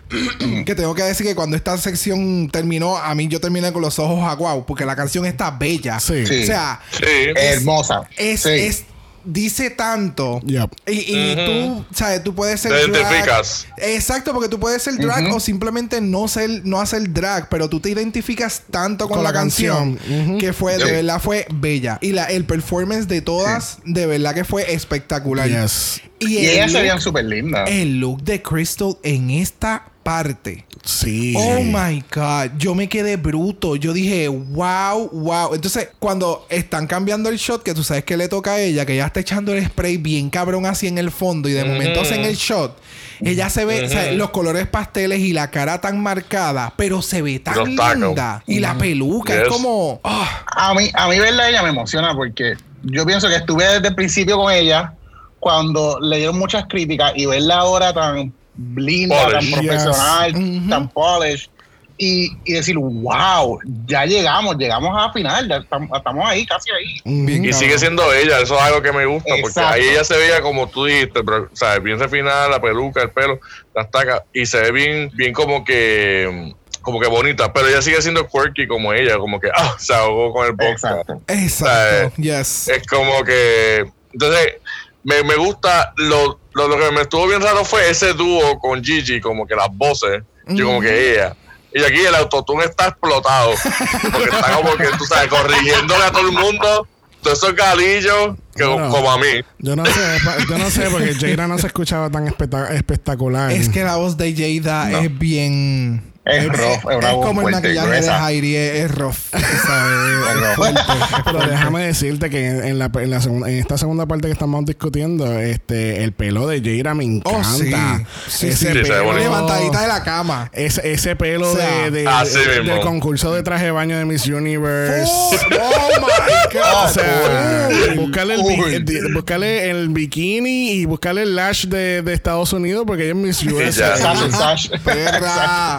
Que tengo que decir que cuando esta sección terminó, a mí yo terminé con los ojos aguados, porque la canción está bella. Sí. Sí. O sea, Sí. Hermosa. es, Sí. es dice tanto. Yep. Y, y Ujú. tú, ¿sabes? Tú puedes ser Te drag. identificas. Exacto, porque tú puedes ser drag Ujú. o simplemente no ser, no hacer drag, pero tú te identificas tanto con, Con la, la canción, canción. Ujú. que fue, de Sí. verdad, fue bella. Y la, el performance de todas, de verdad que fue espectacular. Yes. Y, Y el ellas se look- veían súper lindas. el look de Crystal en esta parte. Sí. Oh my God, yo me quedé bruto. Yo dije, wow, wow. Entonces, cuando están cambiando el shot, que tú sabes que le toca a ella, que ella está echando el spray bien cabrón así en el fondo, y de momento hacen el shot, ella se ve, o sea, los colores pasteles y la cara tan marcada, pero se ve tan Los tacos. linda. Y la peluca es Yes. como. ah, A mí, a mí verla a ella me emociona porque yo pienso que estuve desde el principio con ella cuando le dieron muchas críticas y verla ahora tan linda, Polish. tan profesional, Yes. tan polished y, y decir, wow, ya llegamos, llegamos a la final, ya estamos, estamos ahí, casi ahí. bien Y cabrón. sigue siendo ella, eso es algo que me gusta, porque Exacto. ahí ella se veía como tú dijiste, pero, o sea, bien refinada, la peluca, el pelo, las tacas, y se ve bien, bien como que, como que bonita, pero ella sigue siendo quirky como ella, como que, ah, se ahogó con el box. Exacto. Exacto, yes. Es como que, entonces, me, me gusta, lo, lo, lo que me estuvo bien raro fue ese dúo con Gigi, como que las voces, yo como que ella. Y aquí el autotune está explotado. Porque está como que, tú sabes, corrigiéndole a todo el mundo. Todos esos galillos que, Bueno. como a mí. Yo no sé, pa- yo no sé, porque Jada no se escuchaba tan espectac- espectacular. Es que la voz de Jada No. es bien. Es rough, es una voz como el fuerte, maquillaje de gruesa. Jairi, es, es rough. ¿sabes? Es rough. fuerte, es Pero fuerte. déjame decirte que en, en la, en, la segunda, en esta segunda parte que estamos discutiendo, este, el pelo de Jada me encanta. Oh, sí. Sí, ese sí. Sí, se ve pelo, bonito. Levantadita de la cama. ese, ese pelo O sea, de, de- así de- mismo. del concurso de traje de baño de Miss Universe. Oh, oh my God. O sea, Uy, buscarle el, bi- uy. el di- buscarle el bikini y buscarle el lash de, de Estados Unidos porque ella es Miss U S A. ya. Sash, Sash. Perra.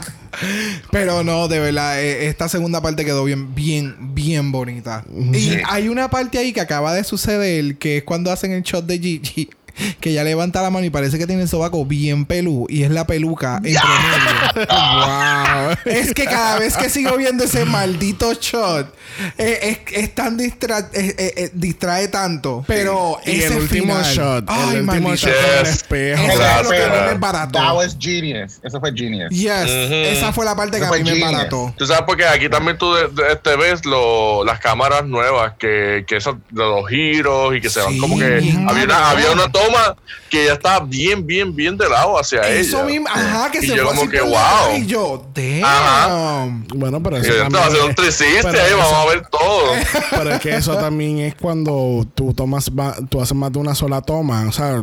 Pero no, de verdad, eh, esta segunda parte quedó bien, bien, bien bonita. Y Sí. hay una parte ahí que acaba de suceder, que es cuando hacen el shot de Gigi, que ella levanta la mano y parece que tiene el sobaco bien pelú, y es la peluca entre medio. Wow. Es que cada vez que sigo viendo ese maldito shot, eh, es, es tan distra eh, eh, eh, distrae tanto. Pero Y ese el último final, shot, ay, el último maldito. shot con el Yes. espejo. Eso Gracias. es lo que a mí me barató. That was genius. Eso fue genius. Yes, Ujú. esa fue la parte que Eso a mí fue me genius. barató. Tú sabes, porque aquí también tú de- de- este ves lo, las cámaras nuevas, que, que esos de los giros y que se van Sí, como que bien había una, cabrón. había una toma que ya estaba bien, bien, bien de lado hacia Eso ella. mismo, ajá, que Y se yo fue como así que, por detrás wow. y yo, damn. Ajá. Bueno, pero Y eso yo, esto va a también ser un es- trescientos sesenta pero ahí, eso- vamos a ver todo. Pero es que eso también es cuando tú tomas, va- tú haces más de una sola toma, o sea,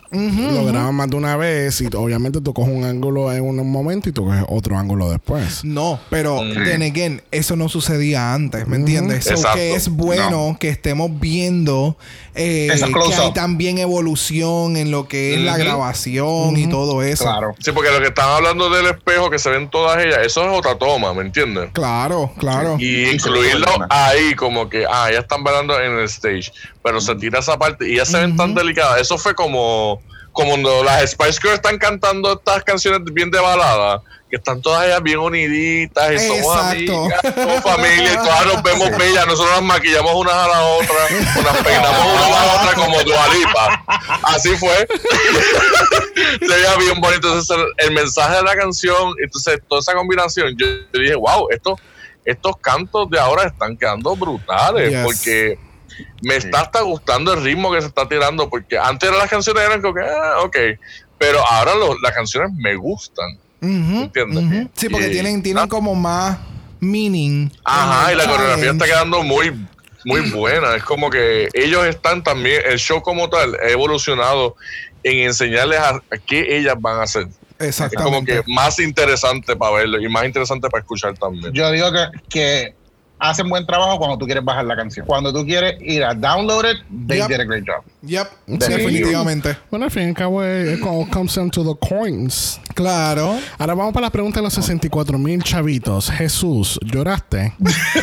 lo grabas más de una vez y obviamente tú coges un ángulo en un momento y tú coges otro ángulo después. No, pero Mm. then again, eso no sucedía antes, ¿me entiendes? So Exacto. que es bueno que estemos viendo eh, Esos que close-up. hay también evolución en lo que es Uh-huh. la grabación uh-huh. y todo eso. Claro. Sí, porque lo que están hablando del espejo que se ven todas ellas, eso es otra toma, ¿me entiendes? Claro, claro. Y Sí, incluirlo se ve ahí como que, ah, ya están bailando en el stage, pero se tira esa parte y ya se ven tan delicadas. Eso fue como, como cuando las Spice Girls están cantando estas canciones bien de balada, que están todas ellas bien uniditas y somos Exacto. amigas, somos familia y todas nos vemos bellas. Nosotros nos maquillamos unas a la otra, nos peinamos una a la otra como Dua Lipa. Así fue. Se veía bien bonito. Entonces, el, el mensaje de la canción, entonces toda esa combinación, yo, yo dije, wow, esto, estos cantos de ahora están quedando brutales, Yes. porque me está hasta gustando el ritmo que se está tirando, porque antes las canciones eran como que, ah, ok, pero ahora lo, las canciones me gustan. Uh-huh, ¿Entiendes? uh-huh. Sí, porque Y- tienen, tienen ah. como más meaning. Ajá, en y la el coreografía challenge. está quedando muy, muy buena. Es como que ellos están también, el show como tal, ha evolucionado en enseñarles a, a qué ellas van a hacer. Es como Exactamente. que más interesante para verlo y más interesante para escuchar también. Yo digo que, que hacen buen trabajo cuando tú quieres bajar la canción. Cuando tú quieres ir a download it, they Yep. did a great job. Yep, Sí. definitivamente. Bueno, al fin y al cabo, it all comes down to the coins. Claro. Ahora vamos para la pregunta de los sesenta y cuatro mil chavitos. Jesús, ¿lloraste?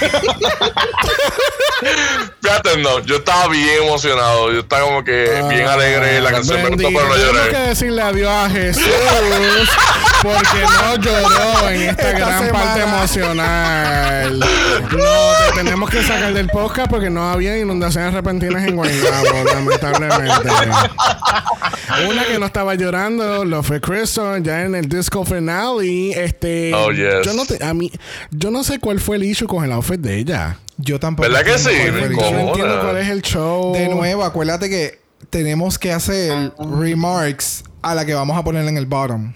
Fíjate, no, yo estaba bien emocionado, yo estaba como que bien alegre, la canción me gustó, Bendito. pero no Tenemos lloré. que decirle adiós a Jesús porque no lloró en esta, Esta gran semana. parte emocional. No, te tenemos que sacar del podcast porque no había inundaciones repentinas en Guaynabo, lamentablemente. Una que no estaba llorando lo fue Crystal ya en el disco finale. Este, Oh, yes. yo no te, a mí, yo no sé cuál fue el issue con el outfit de ella. Yo tampoco. ¿Verdad que entiendo sí? cuál fue el ¿Cómo? Yo no issue. entiendo cuál es el show. De nuevo, acuérdate que tenemos que hacer remarks a la que vamos a poner en el bottom.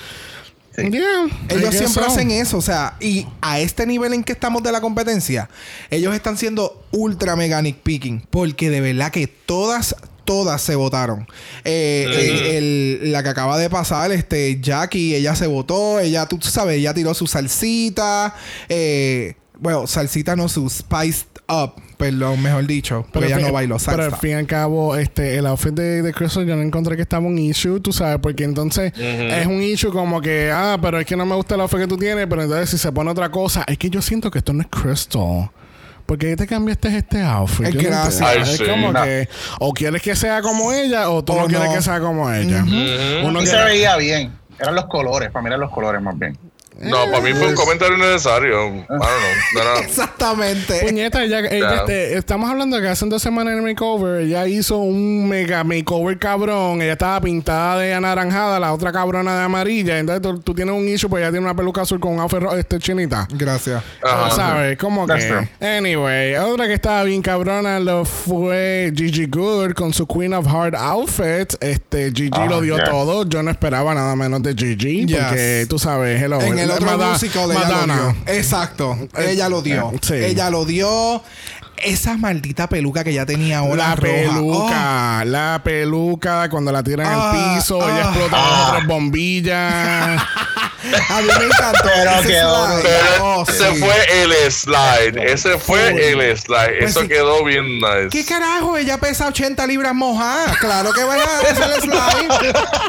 Yeah, I Ellos guess siempre so. hacen eso, o sea, y a este nivel en que estamos de la competencia, ellos están siendo ultra mega nitpicking, porque de verdad que todas, todas se votaron. Eh, eh, el- la que acaba de pasar, este, Jackie, ella se votó, ella, tú sabes, ella tiró su salsita, eh, bueno, salsita no, su spiced up, perdón, mejor dicho, porque ella al no fin- bailó salsa. Pero al fin y al cabo, este, el outfit de, de Crystal yo no encontré que estaba un issue, tú sabes, porque entonces es un issue como que, ah, pero es que no me gusta el outfit que tú tienes, pero entonces si se pone otra cosa, es que yo siento que esto no es Crystal. ¿Por qué te cambiaste este outfit? Es Yo no gracias. entiendo. Ay, es sí. como No. que o quieres que sea como ella o tú O no quieres no. que sea como ella. Uno Y se quiere- veía bien. Eran los colores, para mirar los colores más bien. No, para mí fue un comentario innecesario. I don't know. No era- Exactamente. Puñeta, ella, ella, Claro. este, estamos hablando de que hace dos semanas en el makeover, ella hizo un mega makeover cabrón. Ella estaba pintada de anaranjada, la otra cabrona de amarilla. Entonces tú, tú tienes un issue, pues ella tiene una peluca azul con un outfit ro- este, chinita. Gracias. Ajá. ¿Sabes? Como That's que. true. Anyway, otra que estaba bien cabrona lo fue Gigi Good con su Queen of Heart outfit. Este, Gigi Ah, lo dio yeah. todo. Yo no esperaba nada menos de Gigi. Yes. Porque tú sabes, hello. En el otro Mada- musical ella Madonna. lo dio. Exacto. Ella lo dio. Eh, sí. Ella lo dio. Esa maldita peluca que ya tenía ahora La roja. peluca, la peluca, cuando la tiran Ah, al piso, ah, ella explota ah. las otras bombillas. Oh, a mí me encantó. Pero Ese quedó- slide. Pero Oh, ese sí. fue el slide. Ese fue Uy. el slide. Pues Eso sí. quedó bien nice. ¿Qué carajo? Ella pesa ochenta libras mojadas. Claro que van a hacer el slide.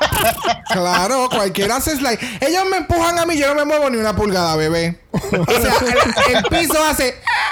Claro, cualquiera hace slide. Ellos me empujan a mí, yo no me muevo ni una pulgada, bebé. O sea, el, el piso hace.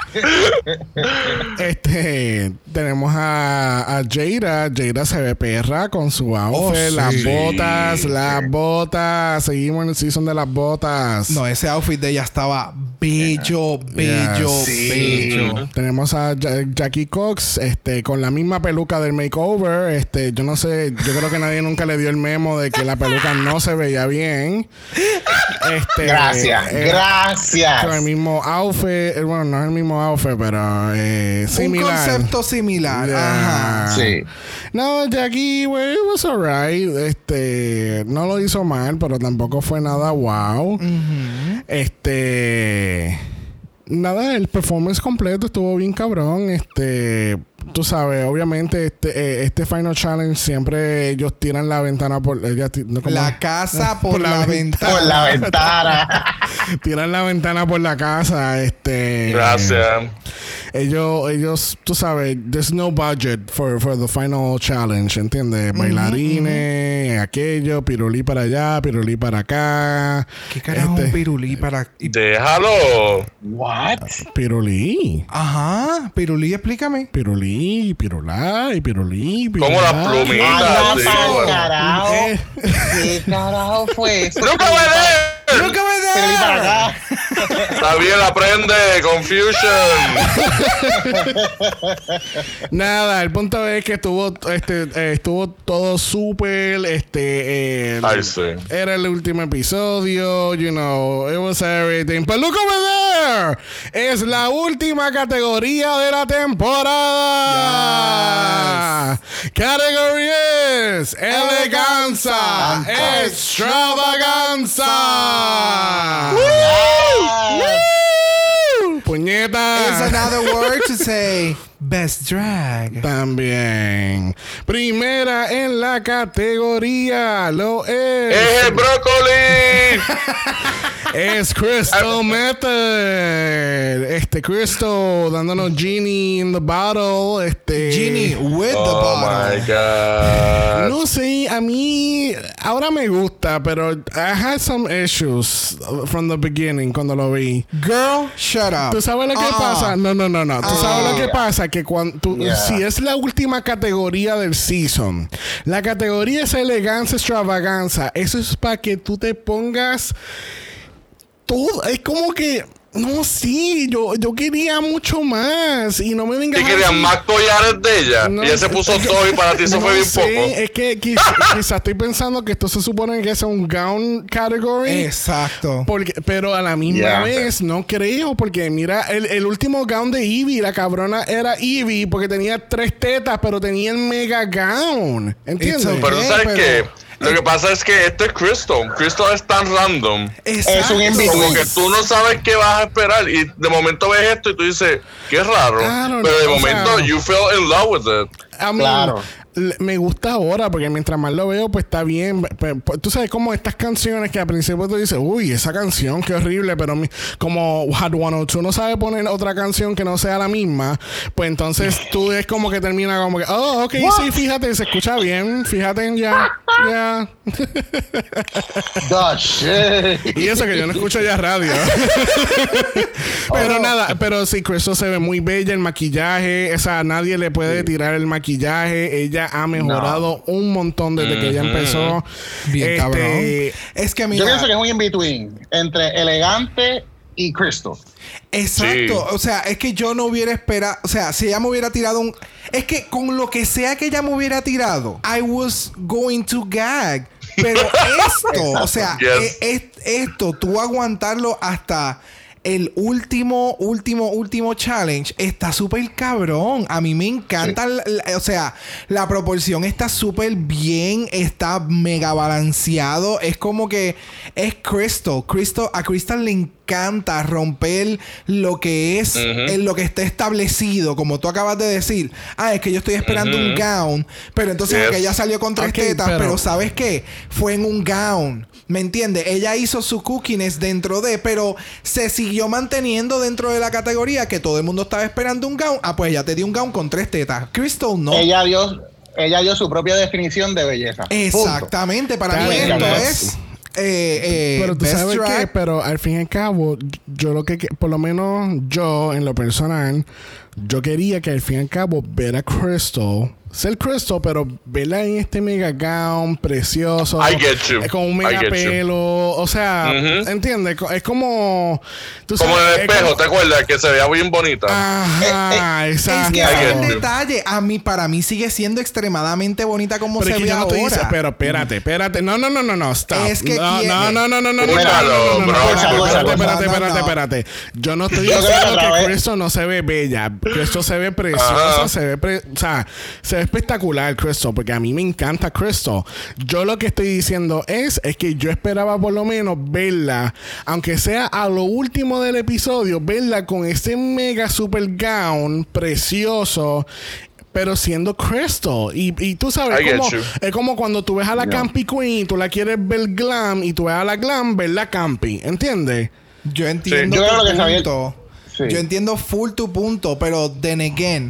Este, tenemos a, a Jada. Jada se ve perra con su outfit, Oh, las sí. botas, las botas. Seguimos en el season de las botas. No, ese outfit de ella estaba bello, bello, Sí. bello. Tenemos a Ja- Jackie Cox, este, con la misma peluca del makeover. Este, yo no sé, yo creo que nadie nunca le dio el memo de que la peluca no se veía bien. Este, Gracias, eh, gracias. Con el mismo outfit, eh, bueno, no es el mismo outfit, pero eh, similar. Un concepto similar. Yeah. Ajá. Sí. No, Jackie, güey, it was alright. Este, no lo hizo mal, pero tampoco fue nada wow. Este, nada, el performance completo estuvo bien cabrón. Este, tú sabes, obviamente, este, eh, este Final Challenge siempre ellos tiran la ventana por ella ti- no, ¿cómo? La casa por, la, ventana. Por la ventana. tiran la ventana por la casa. Este. Gracias. Ellos, ellos, tú sabes, there's no budget for, for the final challenge, ¿entiendes? Uh-huh, Bailarines, uh-huh. aquello, pirulí para allá, pirulí para acá. ¿Qué carajo este, un pirulí para...? Déjalo. What? Pirulí. Ajá, pirulí, explícame. Pirulí, pirulá, y pirulí, pirulá. Como las plumitas. Anda sí, pa'l bueno. carajo. Eh. ¿Qué carajo fue eso? ¡Nunca me de! ¡Nunca me de! Pero, ¿y para acá? Está bien, aprende. Confusion. Nada, el punto es que estuvo, este, eh, estuvo todo súper, este, eh, Ay, sí. era el último episodio, you know, it was everything. But look over there, es la última categoría de la temporada. Yes. Category es eleganza, extravaganza. Yes. Woo! Puñeta. It's another word to say best drag. También. Primera en la categoría lo es. ¡Es el brócoli! Es Crystal Method. Este Crystal dándonos Genie in the bottle. Este. Genie with the Oh bottle. my God. No sé, a mí ahora me gusta, pero I had some issues from the beginning cuando lo vi. Girl, shut up. ¿Tú sabes lo que Uh-uh. pasa? No, no, no, no. ¿Tú Ah. sabes lo que pasa? Que cuando tú, Yeah. si es la última categoría del season, la categoría es elegancia, extravaganza. Eso es para que tú te pongas todo. Es como que no, sí, yo, yo quería mucho más y no me vengas ¿Y a querían decir- más collares de ella? No, y ella se puso es que- todo y para ti eso no fue bien sé, poco. Es que quizás quizá estoy pensando que esto se supone que es un gown category. Exacto. Porque, pero a la misma Yeah. vez no creo, porque mira, el, el último gown de Evie, la cabrona era Evie porque tenía tres tetas, pero tenía el mega gown. ¿Entiendes? It's okay. Pero tú sabes pero- que lo que pasa es que este es Crystal. Crystal es tan random. Exacto. Es un in Como between. que tú no sabes qué vas a esperar y de momento ves esto y tú dices, qué raro. I don't Pero de know, o momento sea- you fell in love with it. A mí, Claro. l- me gusta ahora porque mientras más lo veo, pues está bien. Pe- pe- Tú sabes como estas canciones que al principio tú dices, uy, esa canción, qué horrible, pero mi- como Hot ciento dos no sabe poner otra canción que no sea la misma, pues entonces tú es como que termina como que, oh, ok, sí, fíjate, se escucha bien, fíjate, ya, ya. The shit. Y eso que yo no escucho ya radio. Pero nada, pero sí, Crystal se ve muy bella, el maquillaje, o sea, nadie le puede tirar el maquillaje. Ella ha mejorado un montón desde que ella empezó. Bien, Este, cabrón. Es que mira, Yo pienso que es un in between entre elegante y Crystal. exacto, Sí. o sea, es que yo no hubiera esperado, o sea, si ella me hubiera tirado un, es que con lo que sea que ella me hubiera tirado, I was going to gag. Pero esto, o sea, Yes. e- es- esto, tú aguantarlo hasta el último, último, último challenge está súper cabrón. A mí me encanta, la- la- o sea, la proporción está súper bien, está mega balanceado. Es como que es Crystal. Crystal, a Crystal le encanta romper lo que es, eh, lo que está establecido, como tú acabas de decir. Ah, es que yo estoy esperando un gown, pero entonces Yes. que ella salió con tres Ok, tetas, pero- pero ¿sabes qué? Fue en un gown. ¿Me entiendes? Ella hizo su cookiness dentro de, pero se siguió manteniendo dentro de la categoría que todo el mundo estaba esperando un gown. Ah, pues ella te dio un gown con tres tetas. Crystal no. Ella dio, ella dio su propia definición de belleza. Punto. Exactamente. Para Está mí bien, esto ¿no? es eh, eh, pero tú best sabes drag. que, pero al fin y al cabo, yo lo que, que- por lo menos yo, en lo personal, yo quería que al fin y al cabo ver a Crystal, ser Crystal, pero verla en este mega gown precioso, I get you. eh, con un I mega get you. pelo, o sea, Ujú. ¿entiendes? Co- Es como, tú Como en sabes, el es espejo, como- ¿te acuerdas? Que se veía bien bonita. Ajá, Es exacto. que I ese es get el you. detalle. A mí, para mí sigue siendo extremadamente bonita como Pero se es que ve yo no te ahora. dice, pero espérate, espérate. No, no, no, no, no, stop. Es que no, quiere- no, no, no, no, no, no, no, Cuéntalo, no, no, no, bro. espérate, Cuéntalo, espérate, cuéntalo. espérate, No, no, espérate, no. espérate. Yo no estoy Yo creo que diciendo otra que vez- Crystal no se ve bella. Crystal se ve preciosa, Ajá. se ve, pre- o sea, se ve espectacular Crystal, porque a mí me encanta Crystal. Yo lo que estoy diciendo es, es que yo esperaba por lo menos verla, aunque sea a lo último del episodio, verla con ese mega super gown precioso. Pero siendo Crystal. Y, y tú sabes, I get como, you. es como cuando tú ves a la Yeah. Campy Queen y tú la quieres ver glam y tú ves a la glam ver la Campy. ¿Entiendes? Yo entiendo Sí. tu Yo creo que sabía- punto. Sí. Yo entiendo full tu punto, pero then again,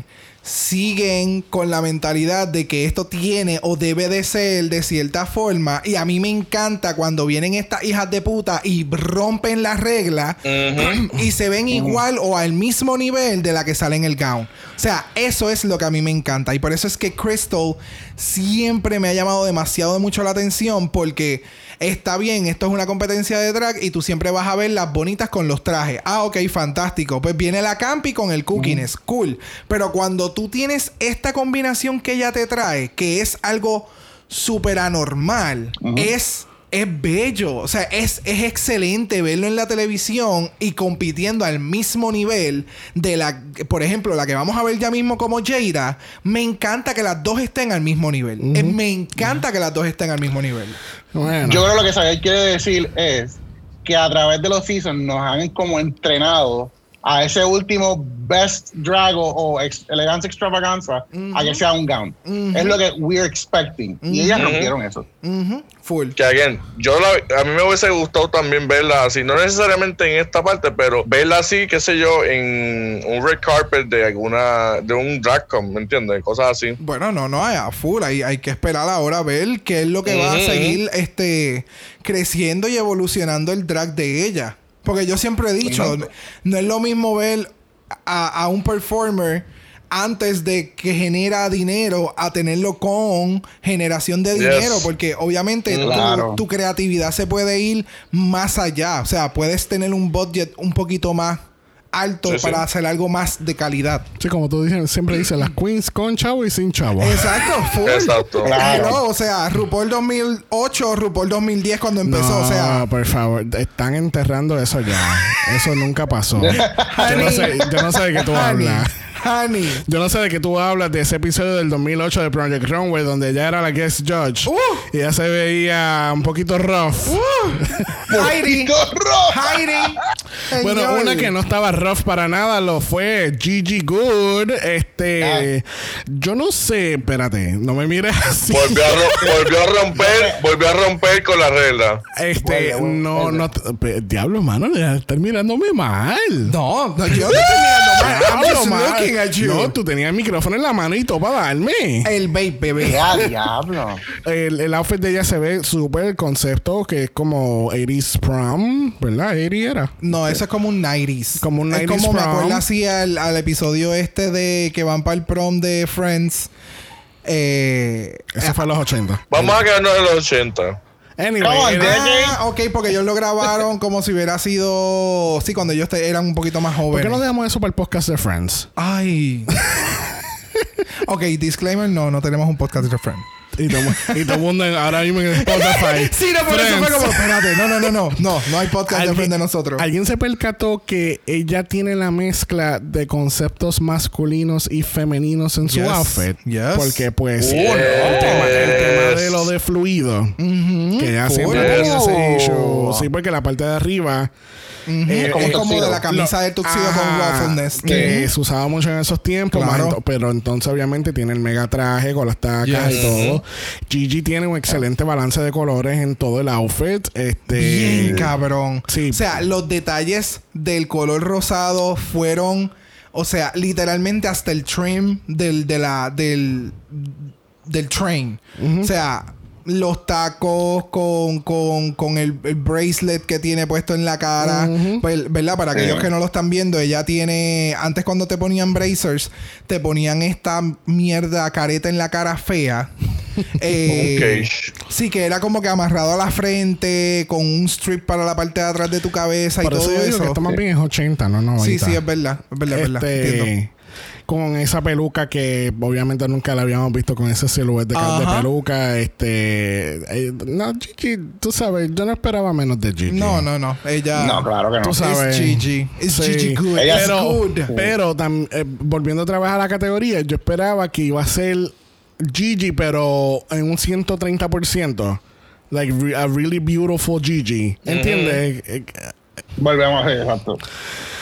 siguen con la mentalidad de que esto tiene o debe de ser de cierta forma. Y a mí me encanta cuando vienen estas hijas de puta y rompen las reglas Ujú. y se ven igual o al mismo nivel de la que sale en el gown. O sea, eso es lo que a mí me encanta. Y por eso es que Crystal siempre me ha llamado demasiado mucho la atención, porque está bien, esto es una competencia de drag y tú siempre vas a ver las bonitas con los trajes. Ah, ok, fantástico. Pues viene la Campi con el cookiness. Cool. Pero cuando tú tienes esta combinación que ella te trae, que es algo súper anormal, Ujú. es... Es bello, o sea, es, es excelente verlo en la televisión y compitiendo al mismo nivel de la, por ejemplo, la que vamos a ver ya mismo como Jada. Me encanta que las dos estén al mismo nivel. Eh, me encanta que las dos estén al mismo nivel. Bueno. Yo creo que lo que Xavier quiere decir es que a través de los seasons nos han como entrenado a ese último best drag o, o ex, elegancia extravaganza a que sea un gown. Es lo que we're expecting. Y ellas Ujú. rompieron eso. Ujú, full. Que again, yo la, a mí me hubiese gustado también verla así, no necesariamente en esta parte, pero verla así, qué sé yo, en un red carpet de alguna, de un dragcon, ¿me entiendes? Cosas así. Bueno, no, no, a full. Hay, hay que esperar ahora a ver qué es lo que va a Ujú. seguir este, creciendo y evolucionando el drag de ella. Porque yo siempre he dicho, Exacto. no es lo mismo ver a, a un performer antes de que genera dinero a tenerlo con generación de Yes. dinero, porque obviamente tu- Claro. tu, creatividad se puede ir más allá. O sea, puedes tener un budget un poquito más alto Sí, sí. para hacer algo más de calidad. Sí, como tú dices, siempre dices, las queens con chavo y sin chavo. Exacto, full. Exacto. Claro. Hello, o sea, RuPaul dos mil ocho, RuPaul dos mil diez cuando empezó, No, o sea, por favor, están enterrando eso ya. Eso nunca pasó. yo, no sé, yo no sé de qué tú honey, hablas. honey. Yo no sé de qué tú hablas de ese episodio del dos mil ocho de Project Runway donde ella era la guest judge Uh. y ella se veía un poquito rough. Heidi, Heidi. Bueno, Señor. una que no estaba rough para nada lo fue Gigi Good. Este, yo no sé, espérate, no me mires así. Volvió a, ro- volvió a romper, volvió a romper con la regla. Este, Vuelve, vuelve, no, vuelve. no, pe- diablo, mano, ya estás mirándome mal. No, no, yo no estoy mirando mal. I'm Diablo, just mal. looking at you. No, tú tenías el micrófono en la mano y todo para darme. El babe, bebé. Ya, diablo. El, el outfit de ella se ve súper el concepto que es como eighties prom, ¿verdad? eighty era. No, eso es como un nineties. Como un Es nineties como me prom. acuerdo así al, al episodio este de que van para el prom de Friends. Eh, Eso fue a los ochenta. Vamos a quedarnos en los ochenta. Anyway, Come on, era- Ah, ok, porque ellos lo grabaron como si hubiera sido... Sí, cuando ellos te- eran un poquito más ¿por jóvenes. qué no dejamos eso para el podcast de Friends? Ay. Ok, disclaimer, no, no tenemos un podcast de Friends. Y todo, y todo el mundo en- ahora mismo en Spotify. Sí, no, por eso fue Friends. como... Espérate, no, no, no, no. No, no hay podcast de ¿Alguien- Friends de nosotros. ¿Alguien se percató que ella tiene la mezcla de conceptos masculinos y femeninos en su Yes, outfit? yes. Porque pues Oh, el, no. tema, el tema Yes. de lo de fluido, Ujú, que ella full. siempre ha tenido ese Oh. issue. Sí, porque la parte de arriba Ujú, eh, es eh, como de tuxedo. la camisa lo- de tuxedo con Ajá, waffleness. que Ujú. se usaba mucho en esos tiempos, Claro. más ento- pero entonces obviamente tiene el mega traje con las tacas Yes. y todo. Gigi tiene un excelente balance de colores en todo el outfit. Este, Bien cabrón. Sí. O sea, los detalles del color rosado fueron... O sea, literalmente hasta el trim del, de la, del, del train. O sea... Los tacos con, con, con el, el bracelet que tiene puesto en la cara. Pues, ¿verdad? Para aquellos Sí. que no lo están viendo, ella tiene... Antes cuando te ponían bracers, te ponían esta mierda careta en la cara fea. Eh, Ok. Sí, que era como que amarrado a la frente, con un strip para la parte de atrás de tu cabeza Por y eso todo yo digo eso. que esto más bien es ochenta, no noventa. Sí, sí, es verdad. Es verdad, es verdad. Este, Entiendo. con esa peluca que obviamente nunca la habíamos visto con ese silhouette de, ca- de Ajá. peluca. Este, eh, no, Gigi, tú sabes, yo no esperaba menos de Gigi. No, no, no. Ella... No, claro que no. Tú sabes. Es Gigi. Es Sí. Gigi good. Ella It's pero, good. pero tam- eh, volviendo a trabajar la categoría, yo esperaba que iba a ser Gigi, pero en un ciento treinta por ciento. Like re- a really beautiful Gigi. ¿Entiendes? Eh, Volvemos a hacer exacto.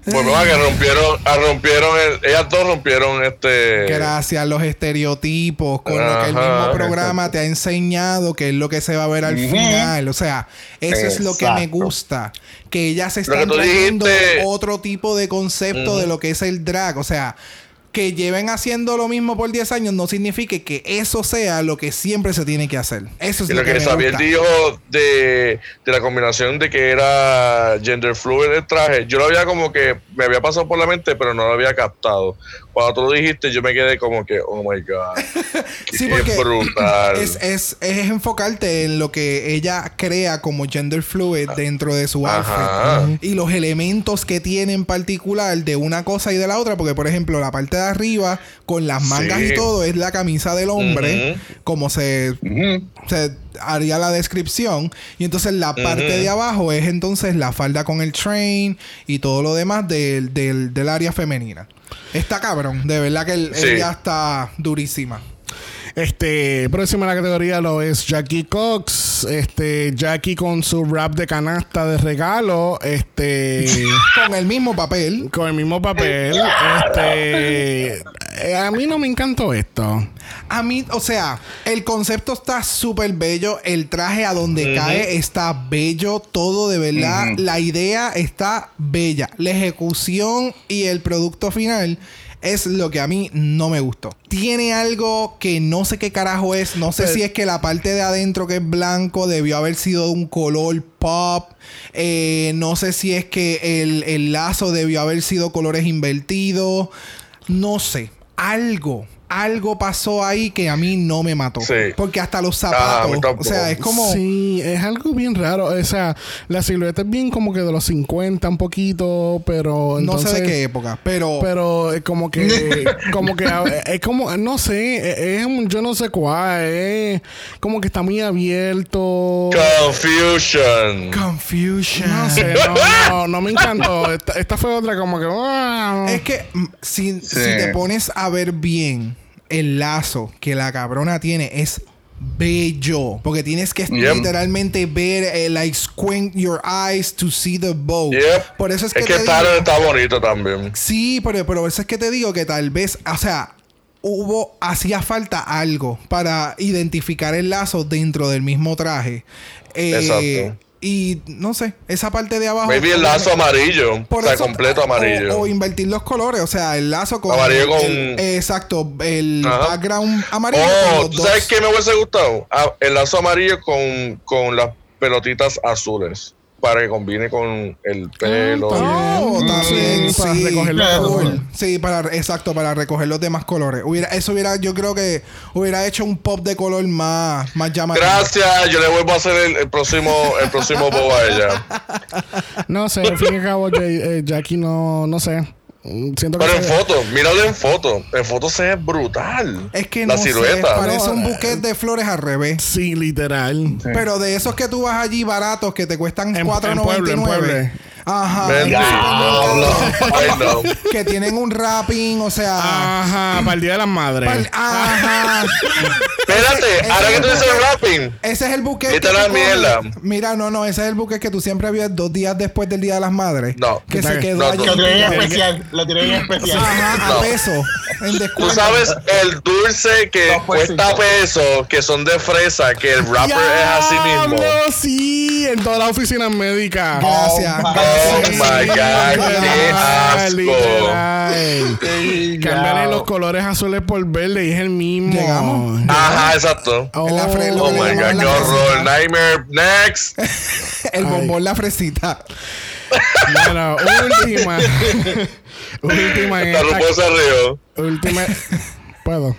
Pues no, que rompieron, a rompieron el, ellas dos rompieron este. Gracias, los estereotipos, con Ajá, lo que el mismo programa te ha enseñado, que es lo que se va a ver al uh-huh. final. O sea, eso Exacto. es lo que me gusta. Que ellas están trayendo dijiste... otro tipo de concepto uh-huh. de lo que es el drag. O sea, que lleven haciendo lo mismo por diez años no significa que eso sea lo que siempre se tiene que hacer. Eso es y lo, lo que, que me Xavier gusta. dijo de, de la combinación de que era gender fluid el traje, yo lo había como que me había pasado por la mente, pero no lo había captado. Cuando tú lo dijiste, yo me quedé como que, oh my God. Sí, porque brutal. Es, es, es enfocarte en lo que ella crea como gender fluid dentro de su Ajá. outfit. Y los elementos que tiene en particular de una cosa y de la otra. Porque, por ejemplo, la parte de arriba, con las mangas sí. y todo, es la camisa del hombre. Uh-huh. Como se, uh-huh. se haría la descripción. Y entonces la parte uh-huh. de abajo es entonces la falda con el train y todo lo demás del, del, del área femenina. Está cabrón, de verdad que el, sí. ella está durísima. Este, próxima a la categoría lo es Jackie Cox. Este, Jackie con su rap de canasta de regalo. Este. Con el mismo papel. Con el mismo papel. Este. Eh, a mí no me encantó esto. A mí, o sea, el concepto está súper bello. El traje a donde uh-huh. cae está bello. Todo de verdad. Uh-huh. La idea está bella. La ejecución y el producto final es lo que a mí no me gustó. Tiene algo que no sé qué carajo es. No sé Pero, si es que la parte de adentro que es blanco debió haber sido de un color pop. Eh, no sé si es que el, el lazo debió haber sido colores invertidos. No sé. Algo. Algo pasó ahí que a mí no me mató. Sí. Porque hasta los zapatos... Ah, o sea, es como... Sí, es algo bien raro. O sea, la silueta es bien como que de los cincuenta un poquito, pero... Entonces, no sé de qué época, pero... Pero es como que... como que... Es como... No sé. Es un... Yo no sé cuál. Es como que está muy abierto. Confusion. Confusion. No sé. No, no, no me encantó. Esta, esta fue otra como que... Uh, es que... Si, sí. si te pones a ver bien... El lazo que la cabrona tiene es bello. Porque tienes que yep. literalmente ver, eh, like, squint your eyes to see the bow. Yep. Por eso es que Es que te está, digo, está bonito también. Sí, pero, pero eso es que te digo que tal vez, o sea, hubo, hacía falta algo para identificar el lazo dentro del mismo traje. Eh, Exacto. Y no sé, esa parte de abajo. Maybe el lazo amarillo. Por o sea, eso, completo amarillo. O, o invertir los colores. O sea, el lazo con. Amarillo con. El, exacto. El Ajá. background amarillo. Oh, ¿tú sabes qué me hubiese gustado? Ah, el lazo amarillo con, con las pelotitas azules. Para que combine con el pelo. Oh, también. Sí, para sí, recoger los colores. Sí, para, exacto, para recoger los demás colores. Hubiera, eso hubiera, yo creo que hubiera hecho un pop de color más, más llamativo. Gracias, yo le vuelvo a hacer el, el próximo, el próximo bob a ella. No sé, al fin y al cabo, eh, Jackie no, no sé. Siento que Pero en foto, míralo en foto. En foto se ve brutal. Es que la no silueta. Sé, parece un buquet de flores al revés. Sí, literal. Sí. Pero de esos que tú vas allí baratos que te cuestan cuatro noventa y nueve. Ajá. Ay, no. Que tienen un wrapping, o sea. Ajá, para el Día de las Madres. Pal, ajá. Espérate, ese, ahora ese que tú dices el wrapping. Ese es el buquet. Viste la mierda. Mira, no, no, ese es el buquet que tú siempre habías dos días después del Día de las Madres. No. Que no, se quedó no, allí. Lo tienen en especial. Lo tienen en especial. Ajá, no. a peso. En descuento. Tú sabes el dulce que no, pues, cuesta sí, peso, que son de fresa, que el wrapper ya, es así mismo. No, sí, en todas las oficinas médicas. Gracias. Oh, oh my God, qué asco. Cambiarle los colores azules por verde y es el mismo. Llegamos. Ajá, exacto. Oh, la fre- oh my God, qué horror. Nightmare. Next. El bombón, la fresita. Bueno, última. Última en la esta. Rupo se rió. Última. ¿Puedo?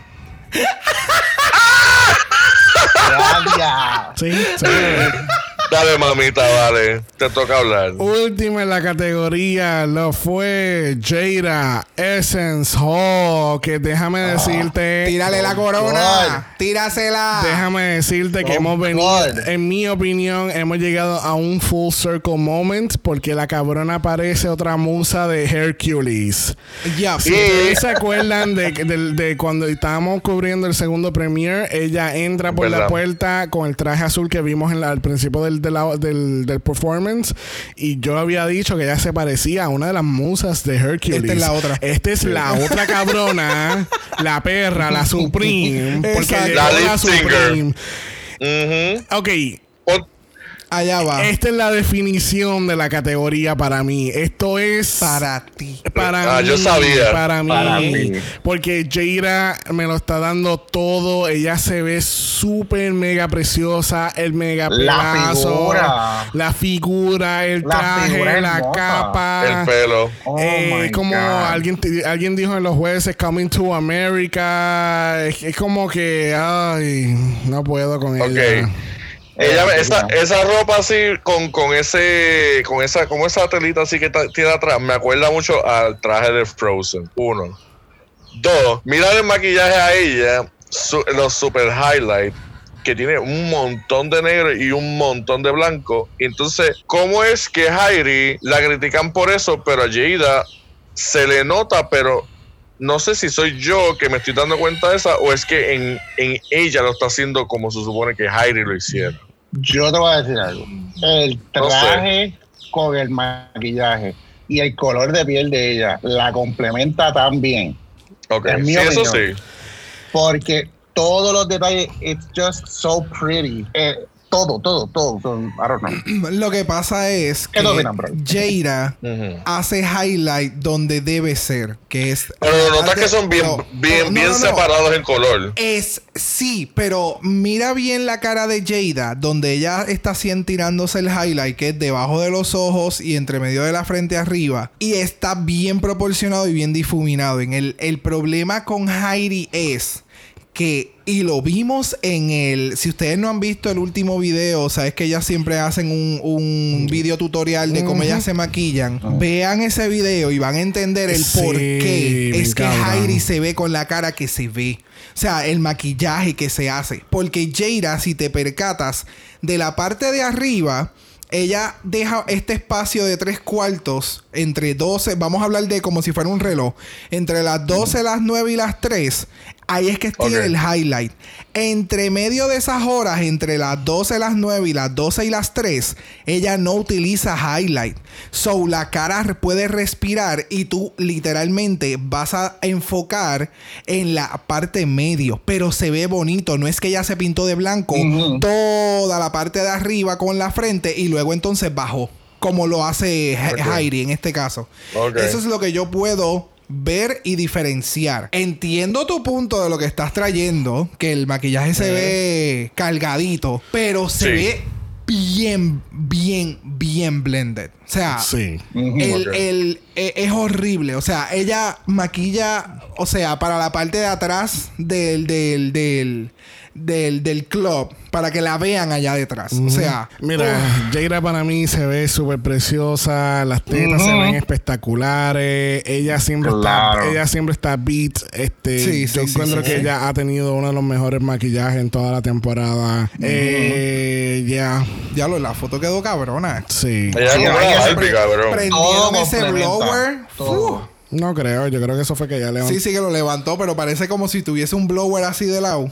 Sí, sí. Dale, mamita, vale. Te toca hablar. Última en la categoría lo fue Jada Essence Hall. Que déjame decirte. Oh, tírale la corona. God. Tírasela. Déjame decirte que oh, hemos venido. God. En mi opinión, hemos llegado a un full circle moment. Porque la cabrona parece otra musa de Hercules. Yeah. Si ustedes se acuerdan de, de, de, de cuando estábamos cubriendo el segundo premiere, ella entra por ¿verdad? La puerta con el traje azul que vimos en la, al principio del de la, del, del performance y yo había dicho que ella se parecía a una de las musas de Hercules. Esta es la otra. Esta es la otra cabrona, la perra, la Supreme. Porque Exacto. llegó La la lip syncer. Supreme. Ujú. Ok. Pon- Allá va. Esta es la definición de la categoría para mí. Esto es Para ti. para Ah, mí. yo sabía. Para mí. Para mí. Porque Jada me lo está dando todo. Ella se ve súper mega preciosa. El mega La pelazo. figura. La figura. El La traje. figura La hermosa. capa. el pelo. Oh Eh, my como God. alguien te- alguien dijo en los jueces Coming to America, es, es como que ay, no puedo con Ok. ella. Ella, Eh, esa, no. esa ropa así, con, con ese, con esa, como esa telita así que ta- tiene atrás, me acuerda mucho al traje de Frozen. Uno. Dos, mira el maquillaje a ella, su- los super highlights, que tiene un montón de negro y un montón de blanco. Entonces, ¿cómo es que Heidi la critican por eso, pero a Jada se le nota, pero no sé si soy yo que me estoy dando cuenta de esa o es que en, en ella lo está haciendo como se supone que Heidi lo hiciera? Yo te voy a decir algo. El No sé. traje con el maquillaje y el color de piel de ella la complementa tan bien. Ok, Es mi sí, eso opinión. sí. Porque todos los detalles, it's just so pretty. Eh, todo, todo, todo. todo, I don't know. Lo que pasa es que ¿Qué tú opinas, bro? Jada Ujú. hace highlight donde debe ser, que es... Pero notas que son bien, Pero- bien, no, bien no, no. separados en color. Es sí, pero mira bien la cara de Jada, donde ella está así tirándose el highlight, que es debajo de los ojos y entre medio de la frente arriba. Y está bien proporcionado y bien difuminado. En el, el problema con Heidi es que, y lo vimos en el... Si ustedes no han visto el último video, sabes que ellas siempre hacen un, un video tutorial de cómo ellas se maquillan. Vean ese video y van a entender el Sí, por qué bien es que cabrón. Heidi se ve con la cara que se ve. O sea, el maquillaje que se hace. Porque Jada, si te percatas, de la parte de arriba, ella deja este espacio de tres cuartos entre doce. Vamos a hablar de como si fuera un reloj. Entre las doce, las nueve y las tres. Ahí es que tiene Ok. el highlight. Entre medio de esas horas, entre las doce, las nueve y las doce y las tres, ella no utiliza highlight. So, la cara puede respirar y tú literalmente vas a enfocar en la parte medio. Pero se ve bonito. No es que ella se pintó de blanco Ujú. toda la parte de arriba con la frente y luego entonces bajó. Como lo hace He- Ok. Heidi en este caso. Ok. Eso es lo que yo puedo ver y diferenciar. Entiendo tu punto de lo que estás trayendo, que el maquillaje se ve cargadito, pero se Sí. ve bien, bien, bien blended. O sea, Sí. Ujú. el, Ok. el- e- es horrible. O sea, ella maquilla, o sea, para la parte de atrás del, del, del, del, del club, para que la vean allá detrás. O sea, Mira, Jada para mí se ve súper preciosa, las tetas se Ujú. ven espectaculares, ella siempre Claro. está, ella siempre está beat, este, Sí, sí, yo sí, encuentro sí, que sí. ella ha tenido uno de los mejores maquillajes en toda la temporada, eh, ya, ya lo, la foto quedó cabrona. sí, Ella Sí, es como ahí una se Barbie, cabrón. Prendieron Todo ese complementa. blower. Todo. ¡Fu! no creo, yo creo que eso fue que ella le Sí, sí que lo levantó, pero parece como si tuviese un blower así de lado.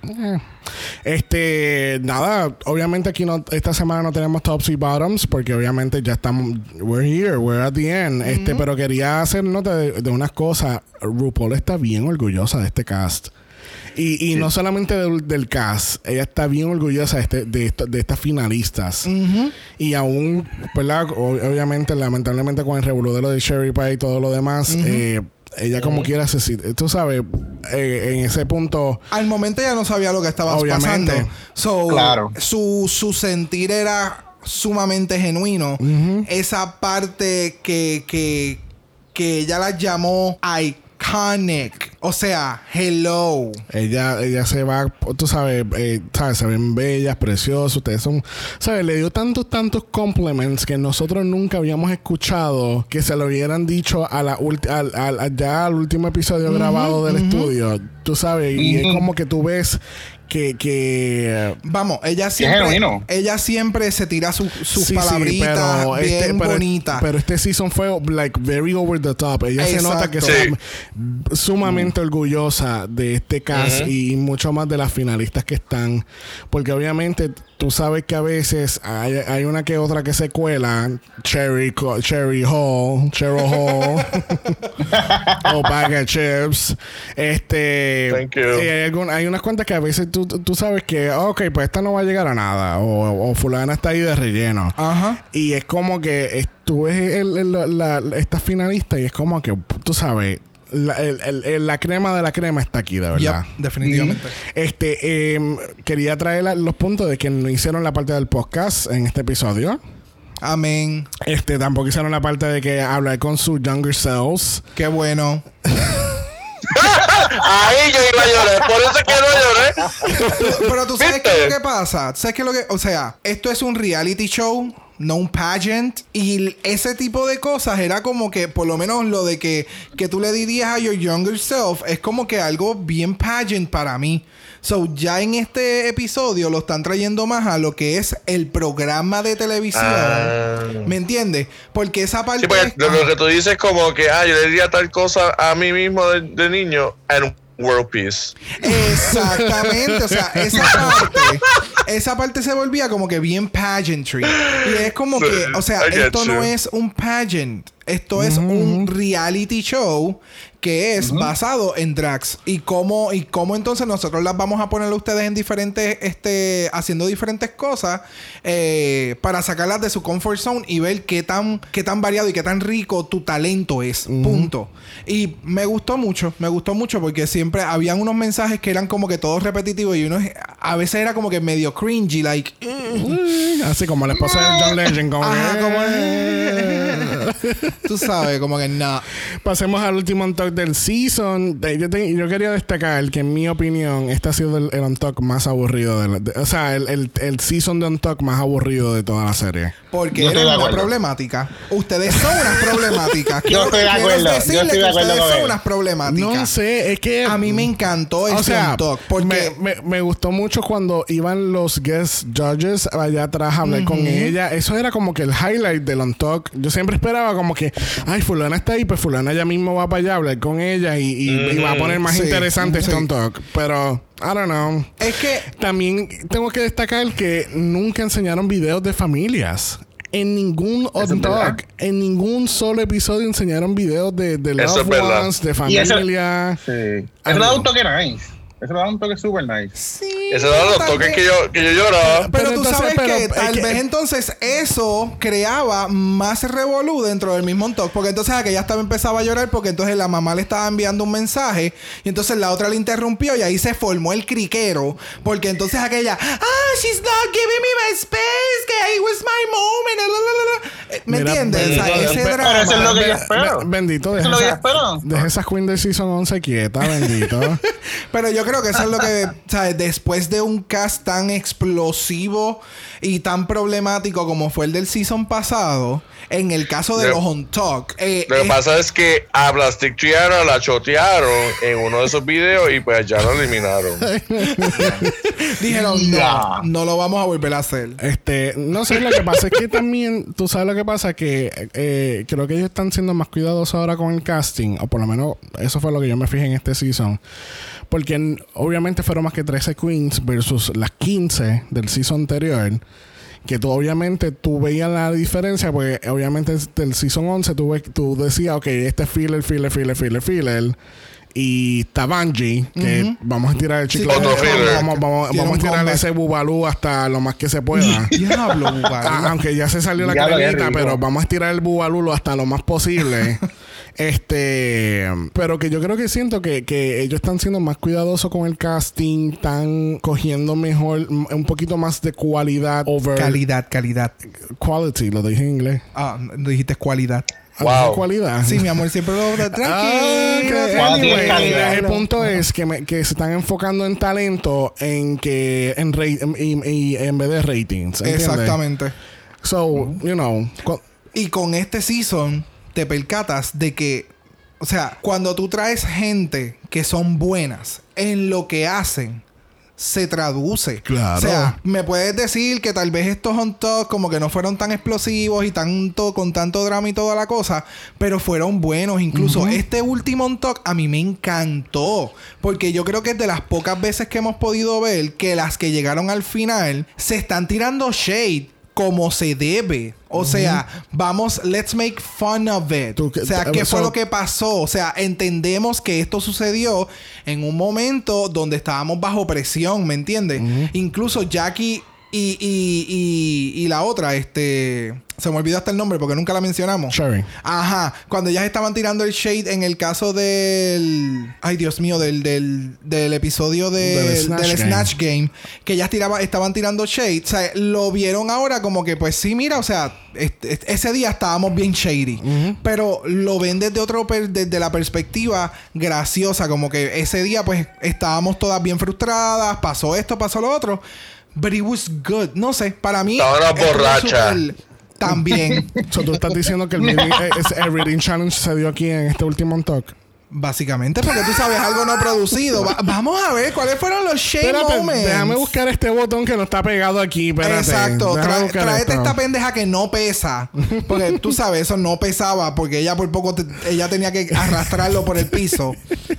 Este, nada, obviamente aquí no, esta semana no tenemos tops y bottoms porque obviamente ya estamos, we're here, we're at the end. Este, pero quería hacer nota de, de unas cosas. RuPaul está bien orgullosa de este cast. Y, y no solamente del, del cast, ella está bien orgullosa de, este, de, esto- de estas finalistas. Y aún, ¿verdad? O- obviamente, lamentablemente con el revolú de lo de Sherry Pie y todo lo demás, eh, ella como quiera, se, si- tú sabes, eh, en ese punto... Al momento ya no sabía lo que estaba Obviamente. pasando. So, Claro. su, su sentir era sumamente genuino. Esa parte que, que, que ella la llamó iconic. O sea, hello. Ella, ella se va, tú sabes, eh, sabes, se ven bellas, preciosas. Ustedes son, sabes, le dio tantos, tantos compliments que nosotros nunca habíamos escuchado que se lo hubieran dicho a la ulti- al, al- al- ya al último episodio grabado del estudio. Tú sabes, y es Ujú. como que tú ves que, que Vamos, ella siempre, genuino. ella siempre se tira su- sus sí, sí, palabritas pero bien este- pero- bonitas. Pero este season fue like very over the top. Ella se nota que Exacto. está sumamente orgullosa de este cast Ujú. y mucho más de las finalistas que están. Porque obviamente tú sabes que a veces hay, hay una que otra que se cuela, Cherry, Cherry Hall, Cherry Hall, o Bag of Chips. Este, Thank you. eh, hay, algún, hay unas cuantas que a veces tú, tú sabes que, ok, pues esta no va a llegar a nada, o, o fulana está ahí de relleno. Ajá. Y es como que es, tú ves el, el, la, la, esta finalista y es como que, tú sabes, la, el, el, el, la crema de la crema está aquí, de verdad. Yep, definitivamente. Este, eh, quería traer la, los puntos de que no hicieron la parte del podcast en este episodio. Amén. Este, tampoco hicieron la parte de que hablar con sus younger selves. Qué bueno. Ahí yo iba a llorar, por eso es que no lloré. Pero tú sabes ¿Viste? qué es lo que pasa. ¿Sabes qué es lo que...? O sea, esto es un reality show, no un pageant. Y ese tipo de cosas era como que, por lo menos lo de que, que tú le dirías a your younger self, es como que algo bien pageant para mí. So, ya en este episodio lo están trayendo más a lo que es el programa de televisión. Ah. ¿Me entiendes? Porque esa parte... Sí, porque es- lo, lo que tú dices es como que, ah, yo le diría tal cosa a mí mismo de, de niño en World Peace. Exactamente, o sea, esa parte, esa parte se volvía como que bien pageantry. Y es como Sí, que, o sea, I get esto no you. es un pageant, esto es un reality show que es basado en drags. Y cómo, y cómo entonces nosotros las vamos a poner a ustedes en diferentes, este, haciendo diferentes cosas eh, para sacarlas de su comfort zone y ver qué tan, qué tan variado y qué tan rico tu talento es. Punto. Y me gustó mucho, me gustó mucho porque siempre habían unos mensajes que eran como que todos repetitivos y unos a veces era como que medio cringy, like. Así como la esposa de John Legend. Como Ajá, que- como tú sabes, como que no. Pasemos al último on talk del season. De- yo, te- yo quería destacar que, en mi opinión, este ha sido el, el on talk más aburrido de, la, de- o sea, el, el, el season de on talk más aburrido de toda la serie. Porque Yo estoy eres de una acuerdo. problemática. Ustedes son unas problemáticas. Yo estoy de quiero acuerdo. Yo decirles estoy de que acuerdo ustedes con son él. unas problemáticas. No sé, es que A mí me encantó este o sea, on talk porque me, me, me gustó mucho cuando iban los guest judges allá atrás a hablar con ella. Eso era como que el highlight del on talk. Yo siempre esperaba como que, ay, fulana está ahí, pues fulana ya mismo va para allá a hablar con ella y, y, y va a poner más Sí, interesante este sí. on talk. Pero, I don't know. es que También tengo que destacar que nunca enseñaron videos de familias. En ningún es on verdad. talk, en ningún solo episodio enseñaron videos de, de Eso loved es verdad. ones, de Y eso- familia. Sí. Ay, Eso da no. un toque nice. Eso da un toque super nice. sí, Ese era los tal toques vez- que yo, que yo lloraba. Pero, Pero tú entonces, sabes pero, que es tal que- vez entonces eso creaba más revolú dentro del mismo on talk. Porque entonces aquella estaba empezaba a llorar porque entonces la mamá le estaba enviando un mensaje y entonces la otra le interrumpió y ahí se formó el criquero. Porque entonces aquella, ah, she's not giving me my space, que it was my moment. la, la, la, la". Eh, ¿Me Mira, entiendes? O sea, bendito, ese be- drama. Pero eso es lo que yo Be- espero. be- bendito, Eso deja es lo que yo esa, espero. deja esa Queen del Season once quieta, bendito. Pero yo creo que eso es lo que, ¿sabes? Después de un cast tan explosivo y tan problemático como fue el del season pasado, en el caso de Lo- los on talk, eh, Lo que es- pasa es que a Plastic Triana la chotearon en uno de esos videos y pues ya lo eliminaron. dijeron, Ya. no, no lo vamos a volver a hacer. Este, no sé, lo que pasa es que también, tú sabes lo que pasa, que eh, creo que ellos están siendo más cuidadosos ahora con el casting, o por lo menos eso fue lo que yo me fijé en este season. Porque n- obviamente fueron más que trece queens versus las quince del season anterior. Que tú obviamente tú veías la diferencia, porque obviamente del season once tú, ve- tú decías, ok, este es filler, filler, filler, filler, filler. Y Tabanji, que Ujú. vamos a tirar el chicle. Sí, Otro filler. vamos, vamos, Tiene vamos a un tirar comeback. ese bubalú hasta lo más que se pueda. Diablo, Bubalú. Ah, aunque ya se salió la Diablo, qué cremita, rico. pero vamos a estirar el bubalulo hasta lo más posible. este, pero que yo creo que siento que, que ellos están siendo más cuidadosos con el casting, están cogiendo mejor, m- un poquito más de cualidad over Calidad, calidad. quality, lo dije en inglés. Ah, no dijiste cualidad. Ah, Wow. dije cualidad. Sí, mi amor, siempre lo Ah, tranquilo. que- Cuality anyway, es calidad. el punto es que, me- que se están enfocando en talento en que en ra- y, y en vez de ratings. ¿entiendes? Exactamente. So, you know, cu- Y con este season te percatas de que, o sea, cuando tú traes gente que son buenas en lo que hacen, se traduce. Claro. O sea, me puedes decir que tal vez estos on talk como que no fueron tan explosivos y tanto con tanto drama y toda la cosa, pero fueron buenos. Incluso uh-huh. este último on talk a mí me encantó, porque yo creo que es de las pocas veces que hemos podido ver que las que llegaron al final se están tirando shade como se debe. O uh-huh. sea, vamos, let's make fun of it. Tú, o sea, ¿qué eso... fue lo que pasó? O sea, entendemos que esto sucedió en un momento donde estábamos bajo presión, ¿me entiendes? Uh-huh. Incluso Jackie y, y, y, y la otra, este... Se me olvidó hasta el nombre porque nunca la mencionamos. Sherry. Ajá. Cuando ellas estaban tirando el shade en el caso del... Ay, Dios mío. Del, del, del episodio de, del, Snatch, del Game. Snatch Game. Que ellas tiraba, estaban tirando shade. O sea, lo vieron ahora como que... Pues sí, mira. O sea... Este, ese día estábamos bien shady. Uh-huh. Pero lo ven desde otro... Per, desde la perspectiva graciosa. Como que ese día pues... Estábamos todas bien frustradas. Pasó esto, pasó lo otro. But it was good. No sé. Para mí... Estaba borracha. También. So, ¿tú estás diciendo que el, reading, el Reading Challenge se dio aquí en este último talk? Básicamente porque tú sabes algo no producido. Va- vamos a ver cuáles fueron los shade Espérate, moments. Déjame buscar este botón que no está pegado aquí. Espérate. Exacto. Tra- tráete esto. esta pendeja que no pesa. Porque tú sabes, eso no pesaba. Porque ella por poco te- ella tenía que arrastrarlo por el piso.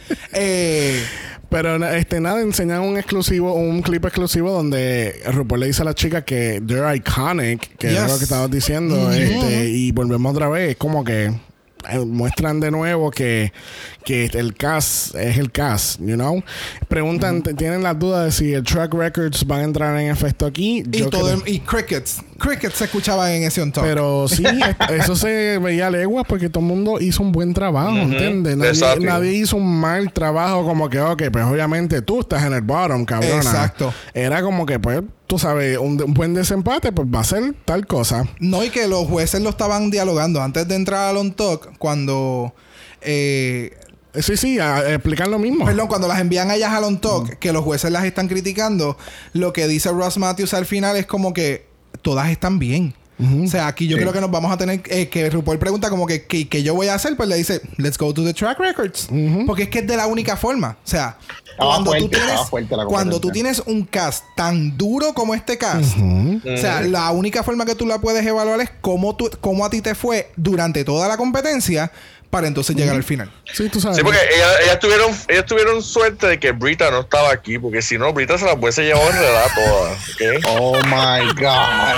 Eh... Pero este nada, enseñan un exclusivo, un clip exclusivo donde RuPaul le dice a la chica que they're iconic, que yes. es lo que estabas diciendo, mm-hmm. este, y volvemos otra vez, es como que eh, muestran de nuevo que, que el cast es el cast, you know. Preguntan, mm-hmm. tienen las dudas de si el track records van a entrar en efecto aquí. Y Yo todo creo... el, y crickets. Crickets se escuchaban en ese on talk. Pero sí, eso se veía a leguas porque todo el mundo hizo un buen trabajo, uh-huh. ¿entiendes? Nadie, nadie hizo un mal trabajo como que, ok, pues obviamente tú estás en el bottom, cabrona. Exacto. Era como que, pues, tú sabes, un, un buen desempate, pues va a ser tal cosa. No, y que los jueces lo estaban dialogando antes de entrar al on talk, cuando... Eh, Sí, sí, a, a explicar lo mismo. Perdón, cuando las envían a ellas al on talk, uh-huh. que los jueces las están criticando, lo que dice Ross Matthews al final es como que todas están bien. Uh-huh. O sea, aquí yo sí. creo que nos vamos a tener eh, que RuPaul pregunta como que ¿qué yo voy a hacer? Pues le dice, let's go to the track records. Uh-huh. Porque es que es de la única forma. O sea, cuando, fuerte, tú, tienes, cuando tú tienes un cast tan duro como este cast, uh-huh. o sea, uh-huh. la única forma que tú la puedes evaluar es cómo, tú, cómo a ti te fue durante toda la competencia para entonces llegar uh-huh. al final. Sí, tú sabes. Sí, porque ellas, ellas, tuvieron, ellas tuvieron suerte de que Brita no estaba aquí, porque si no, Brita se las hubiese llevado enredada todas. ¿Okay? Oh my God.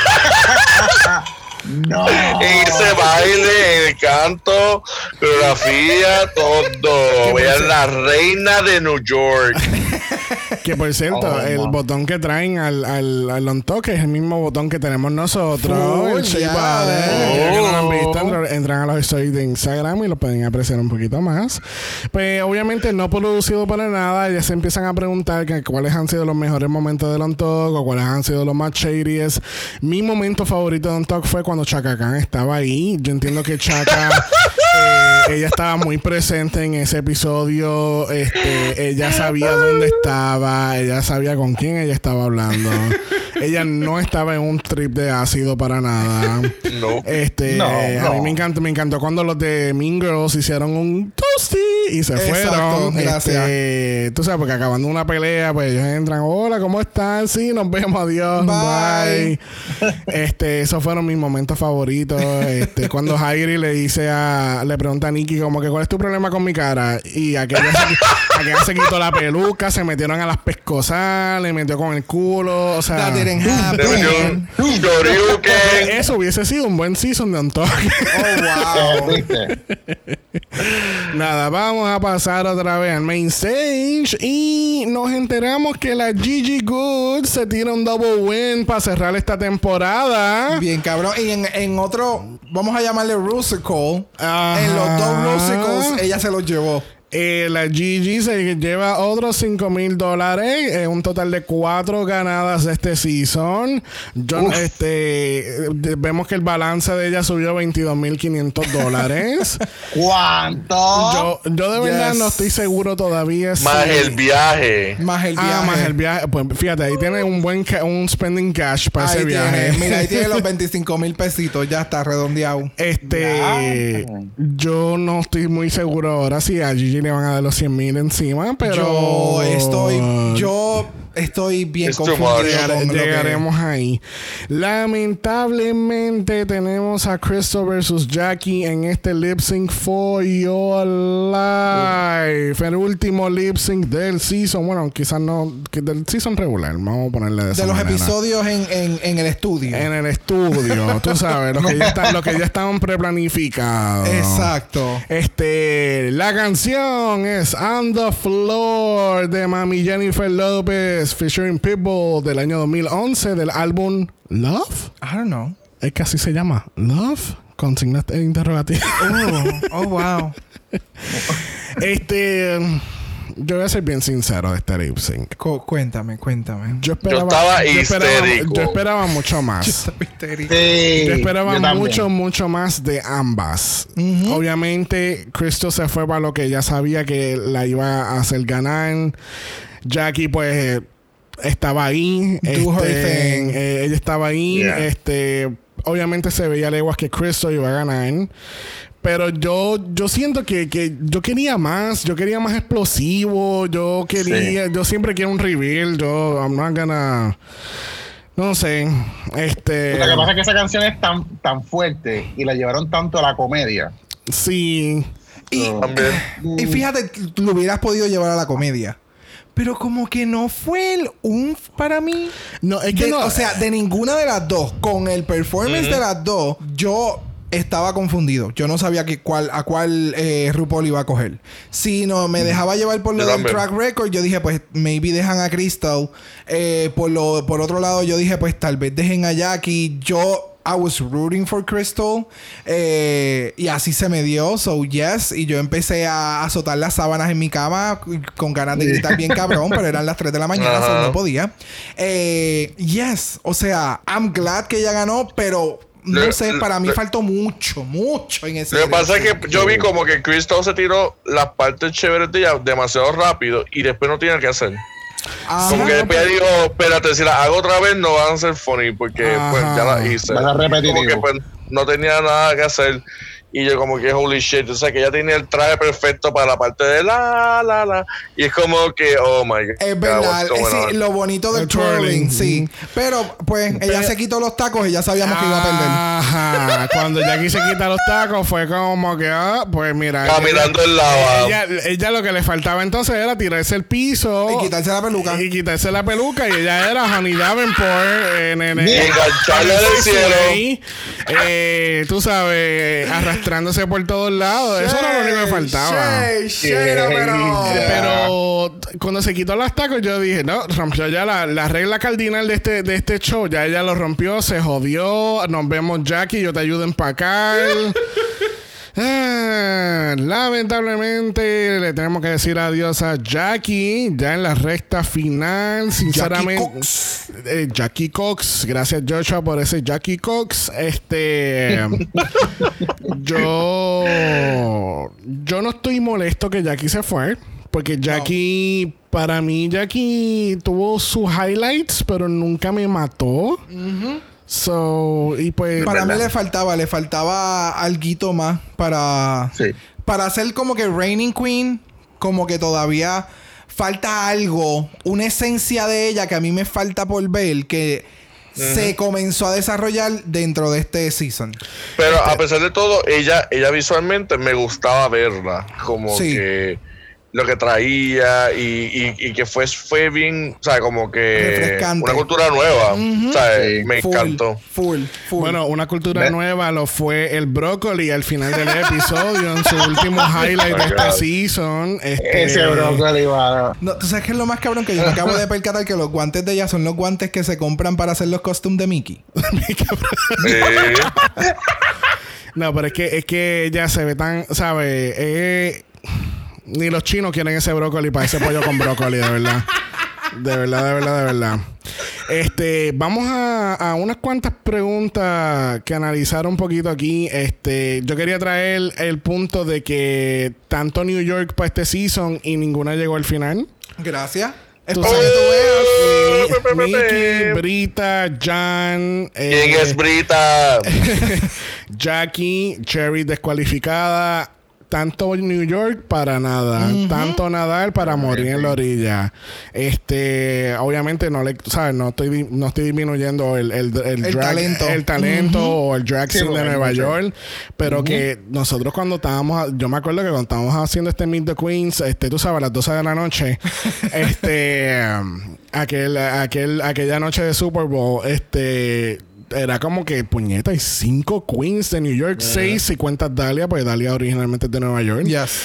No. En ese baile, el canto, coreografía, todo. Ella es la reina de New York. Que por cierto, oh, el no. botón que traen al, al, al on talk es el mismo botón que tenemos nosotros. Oh, el Shape yeah. oh. no lo han visto, entran a los stories de Instagram y lo pueden apreciar un poquito más. Pues obviamente no producido para nada. Ya se empiezan a preguntar que cuáles han sido los mejores momentos del on talk o cuáles han sido los más shadiest. Mi momento favorito de on talk fue cuando Chaka Khan estaba ahí. Yo entiendo que Chaka eh, ella estaba muy presente en ese episodio. Este, ella sabía dónde estaba. Ella sabía con quién ella estaba hablando. Ella no estaba en un trip de ácido para nada. No. Este, no, no. A mí me encantó, me encantó cuando los de Mean Girls hicieron un toasty y se Exacto, fueron. Gracias. Este, tú sabes, porque acabando una pelea, pues ellos entran, hola, ¿cómo están? Sí, nos vemos, adiós. Bye. Bye. Este, esos fueron mis momentos favoritos. Este, cuando Hairi le dice a, le pregunta a Nikki como que ¿cuál es tu problema con mi cara? Y aquella se, aquella se quitó la peluca, se metieron a las pescosas, le metió con el culo, o sea, eso hubiese sido un buen season de On Talk. Oh, wow. Nada, vamos a pasar otra vez al main stage y nos enteramos que la Gigi Goode se tira un double win para cerrar esta temporada. Bien, cabrón. Y en, en otro, vamos a llamarle Rusical, en los dos Rusicals ella se los llevó. Eh, la Gigi se lleva otros cinco mil dólares, eh, un total de cuatro ganadas de este season. Yo, este, de, vemos que el balance de ella subió veintidós mil quinientos dólares. ¿Cuánto? Yo, yo de verdad yes. no estoy seguro todavía. Más si... el viaje. Más el viaje. Ah, más el viaje. Pues fíjate, ahí tiene un buen ca- un spending cash para ahí ese tiene, viaje. Mira, ahí tiene los veinticinco mil pesitos, ya está redondeado. Este, yeah. yo no estoy muy seguro ahora si a Gigi le van a dar los cien mil encima, pero yo estoy, yo estoy bien It's too confundido much. Llegar- con lo que- llegaremos ahí. Lamentablemente tenemos a Crystal versus Jackie en este lip sync for your life. El último lip sync del season. Bueno, quizás no, que del season regular. Vamos a ponerle de, de esa los manera. episodios en, en, en el estudio. En el estudio, tú sabes, los que ya están, los que ya estaban preplanificados. Exacto. Este, la canción es On the Floor de Mami Jennifer Lopez featuring Pitbull del año dos mil once del álbum Love. I don't know. Es que así se llama, Love, con signos de interrogativo. Oh, oh, wow. Este, yo voy a ser bien sincero de este lip sync. Cu- cuéntame, cuéntame. Yo esperaba, estaba yo esperaba, histérico. yo esperaba mucho más. Estaba histérico. Sí, Yo esperaba yo también. mucho, mucho más de ambas. Obviamente, Crystal se fue para lo que ya sabía que la iba a hacer ganar. Jackie, pues, estaba ahí. Do her Este, thing. eh, ella estaba ahí. Yeah. Este, obviamente se veía leguas que Crystal iba a ganar. Pero yo, yo siento que, que yo quería más. Yo quería más explosivo. Yo quería... Yo siempre quiero un reveal. Yo... I'm not gonna... No sé. Este... Lo que pasa es que esa canción es tan, tan fuerte y la llevaron tanto a la comedia. Sí. Y, También. y fíjate, tú lo hubieras podido llevar a la comedia. Pero como que no fue el un para mí. No, es que De- no... O sea, de ninguna de las dos. Con el performance de las dos, yo estaba confundido. Yo no sabía que cuál, a cuál eh, RuPaul iba a coger. Si no me dejaba llevar por lo Yo del también. track record, yo dije, pues, maybe dejan a Crystal. Eh, por, lo, por otro lado, yo dije, pues, tal vez dejen a Jackie. Yo... I was rooting for Crystal. Eh, y así se me dio. So, yes. Y yo empecé a azotar las sábanas en mi cama con ganas de gritar bien cabrón, pero eran las tres de la mañana, so Ajá. no podía. Eh, yes. O sea, I'm glad que ella ganó, pero no Le- sé, para mí le- faltó mucho, mucho en ese Lo que pasa es lip-sync. que yo vi como que Crystal se tiró las partes chéveres de ella demasiado rápido y después no tiene que hacer. Ajá, Como que después pero- ella dijo, espérate, si la hago otra vez no van a ser funny porque pues ya la hice. Va a ser repetitivo. Como que pues no tenía nada que hacer. Y yo como que holy shit, o sea que ella tenía el traje perfecto para la parte de la, la, la. Y es como que, oh my God. Es verdad, what's going eh, sí, on? lo bonito del El twirling, twirling, sí. mm. Pero, pues, ella Pero- se quitó los tacos y ya sabíamos que iba a perder. Ajá. Cuando Jackie se quita los tacos fue como que, ah, pues mira. Caminando ella, en lava. Ella, ella lo que le faltaba entonces era tirarse el piso. Y quitarse la peluca. Y quitarse la peluca. Y ella era Honey Davenport en, en, en- Y engancharla en el del cielo. freeway, eh, tú sabes, arrastrándose por todos lados. Eso era lo único que faltaba. Shey, shey, no, pero... Pero cuando se quitó los tacos, yo dije, no, rompió ya la, la regla cardinal de este, de este show. Ya ella lo rompió, se jodió. Nos vemos, Jackie, yo te ayudo a empacar. Ah, lamentablemente le tenemos que decir adiós a Jackie ya en la recta final. Sinceramente, Jackie Cox. Eh, Jackie Cox. Gracias, Joshua, por ese Jackie Cox. Este, yo, yo no estoy molesto que Jackie se fue, porque Jackie, para mí, Jackie tuvo sus highlights, pero nunca me mató. So, y pues, Para mí verdad. le faltaba, le faltaba alguito más para... Sí. Para ser como que Reigning Queen, como que todavía falta algo, una esencia de ella que a mí me falta por ver, que se comenzó a desarrollar dentro de este season. Pero Este- a pesar de todo, ella, ella visualmente me gustaba verla. Como Sí. que lo que traía y, y, y que fue, fue bien, o sea, como que Refrescante. una cultura nueva. O sea, Sí. me Full, encantó. Full, full. bueno, una cultura Ve- nueva lo fue el brócoli al final del episodio, en su último highlight de esta God. season. Este, Ese brócoli va. No, ¿tú sabes qué es lo más cabrón? Que yo me acabo de percatar que los guantes de ella son los guantes que se compran para hacer los costumes de Mickey. Eh, No, pero es que, es que ella se ve tan, ¿sabes? Eh, ni los chinos quieren ese brócoli para ese pollo con brócoli, de verdad. De verdad, de verdad, de verdad. Este, vamos a, a unas cuantas preguntas que analizar un poquito aquí. Este, yo quería traer el punto de que tanto New York para este season y ninguna llegó al final. Gracias. Es Tú para sabes- que tú veas. Eh, Mickey, Brita, Jan, eh, ¿Quién es Brita? Jackie, Cherry descualificada. tanto New York para nada, uh-huh. tanto nadar para morir en la orilla. Este, obviamente no le, sabes, no estoy, no estoy disminuyendo el, el, el, el drag, talento, el talento uh-huh. o el drag sí, scene de Nueva mucho. York, pero uh-huh. que nosotros cuando estábamos, yo me acuerdo que cuando estábamos haciendo este Meet the Queens, este, tú sabes, a las doce de la noche, este, aquel, aquel, aquella noche de Super Bowl, este, era como que, puñeta, hay cinco queens de New York, yeah. seis si cuentas Dalia, porque Dalia originalmente es de Nueva York. Yes.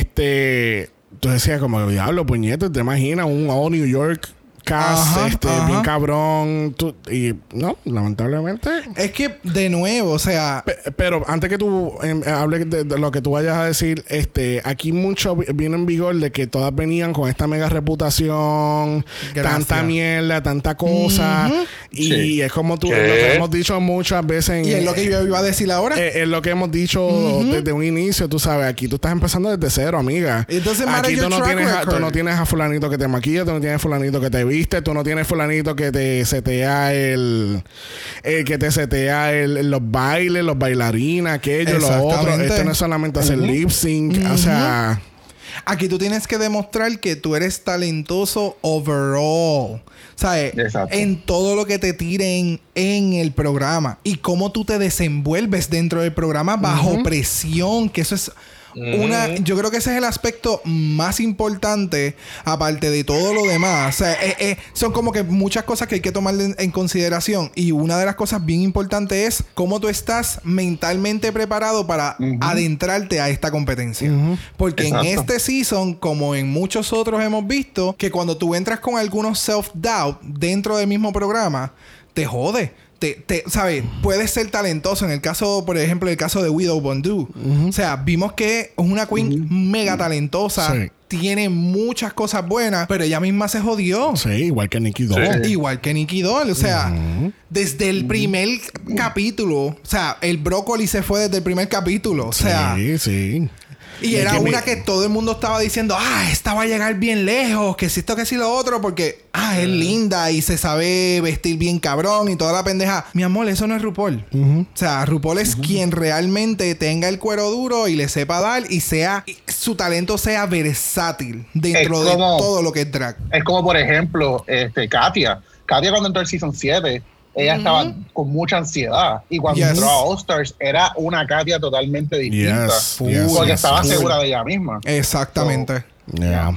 Este, tú decías como, diablo, puñeta, te imaginas un All New York cast, ajá, este, ajá. bien cabrón. Tú, y no, lamentablemente. Es que, de nuevo, o sea. P- pero antes que tú eh, hables de, de lo que tú vayas a decir, este, aquí mucho viene en vigor de que todas venían con esta mega reputación, Gracias. tanta mierda, tanta cosa. Uh-huh. Y Sí. es como tú, ¿Qué? lo que hemos dicho muchas veces. En, Y es lo que yo iba a decir ahora. Eh, es lo que hemos dicho uh-huh. desde un inicio, tú sabes. Aquí tú estás empezando desde cero, amiga. It doesn't matter Aquí tú your no, track tienes a, tú record. no tienes a fulanito que te maquilla, tú no tienes fulanito que te viste, tú no tienes fulanito que te setea el... el que te setea el, los bailes, los bailarines, aquello, lo otro. Exactamente. Esto no es solamente hacer Uh-huh. lip sync. Uh-huh. O sea... Aquí tú tienes que demostrar que tú eres talentoso overall. ¿Sabes? Exacto. En todo lo que te tiren en el programa. Y cómo tú te desenvuelves dentro del programa bajo uh-huh. presión. Que eso es... Una, yo creo que ese es el aspecto más importante, aparte de todo lo demás. O sea, eh, eh, son como que muchas cosas que hay que tomar en, en consideración. Y una de las cosas bien importantes es cómo tú estás mentalmente preparado para uh-huh. adentrarte a esta competencia. Uh-huh. Porque Exacto. en este season, como en muchos otros hemos visto, que cuando tú entras con algunos self-doubt dentro del mismo programa, te jode. Te, te, ¿sabes? Puedes ser talentoso. En el caso, por ejemplo, el caso de Widow Bondu. Uh-huh. O sea, vimos que es una queen uh-huh. mega talentosa. Sí. Tiene muchas cosas buenas, pero ella misma se jodió. Sí, igual que Nikki Doll. Sí. Igual que Nikki Doll. O sea, uh-huh. desde el primer uh-huh. capítulo, o sea, el brócoli se fue desde el primer capítulo. O sea, sí, sí. Y es era que una me... que todo el mundo estaba diciendo, ah, esta va a llegar bien lejos, que si esto, que si lo otro, porque, ah, es linda y se sabe vestir bien cabrón y toda la pendeja. Mi amor, eso no es RuPaul. Uh-huh. O sea, RuPaul es uh-huh. quien realmente tenga el cuero duro y le sepa dar y sea, y su talento sea versátil dentro como, de todo lo que es drag. Es como, por ejemplo, este, Katia. Katia cuando entró el Season siete... ella uh-huh. estaba con mucha ansiedad. Y cuando yes. entró a All Stars, era una Katia totalmente distinta. Yes. Porque yes, yes, estaba yes. segura de ella misma. Exactamente. So, yeah.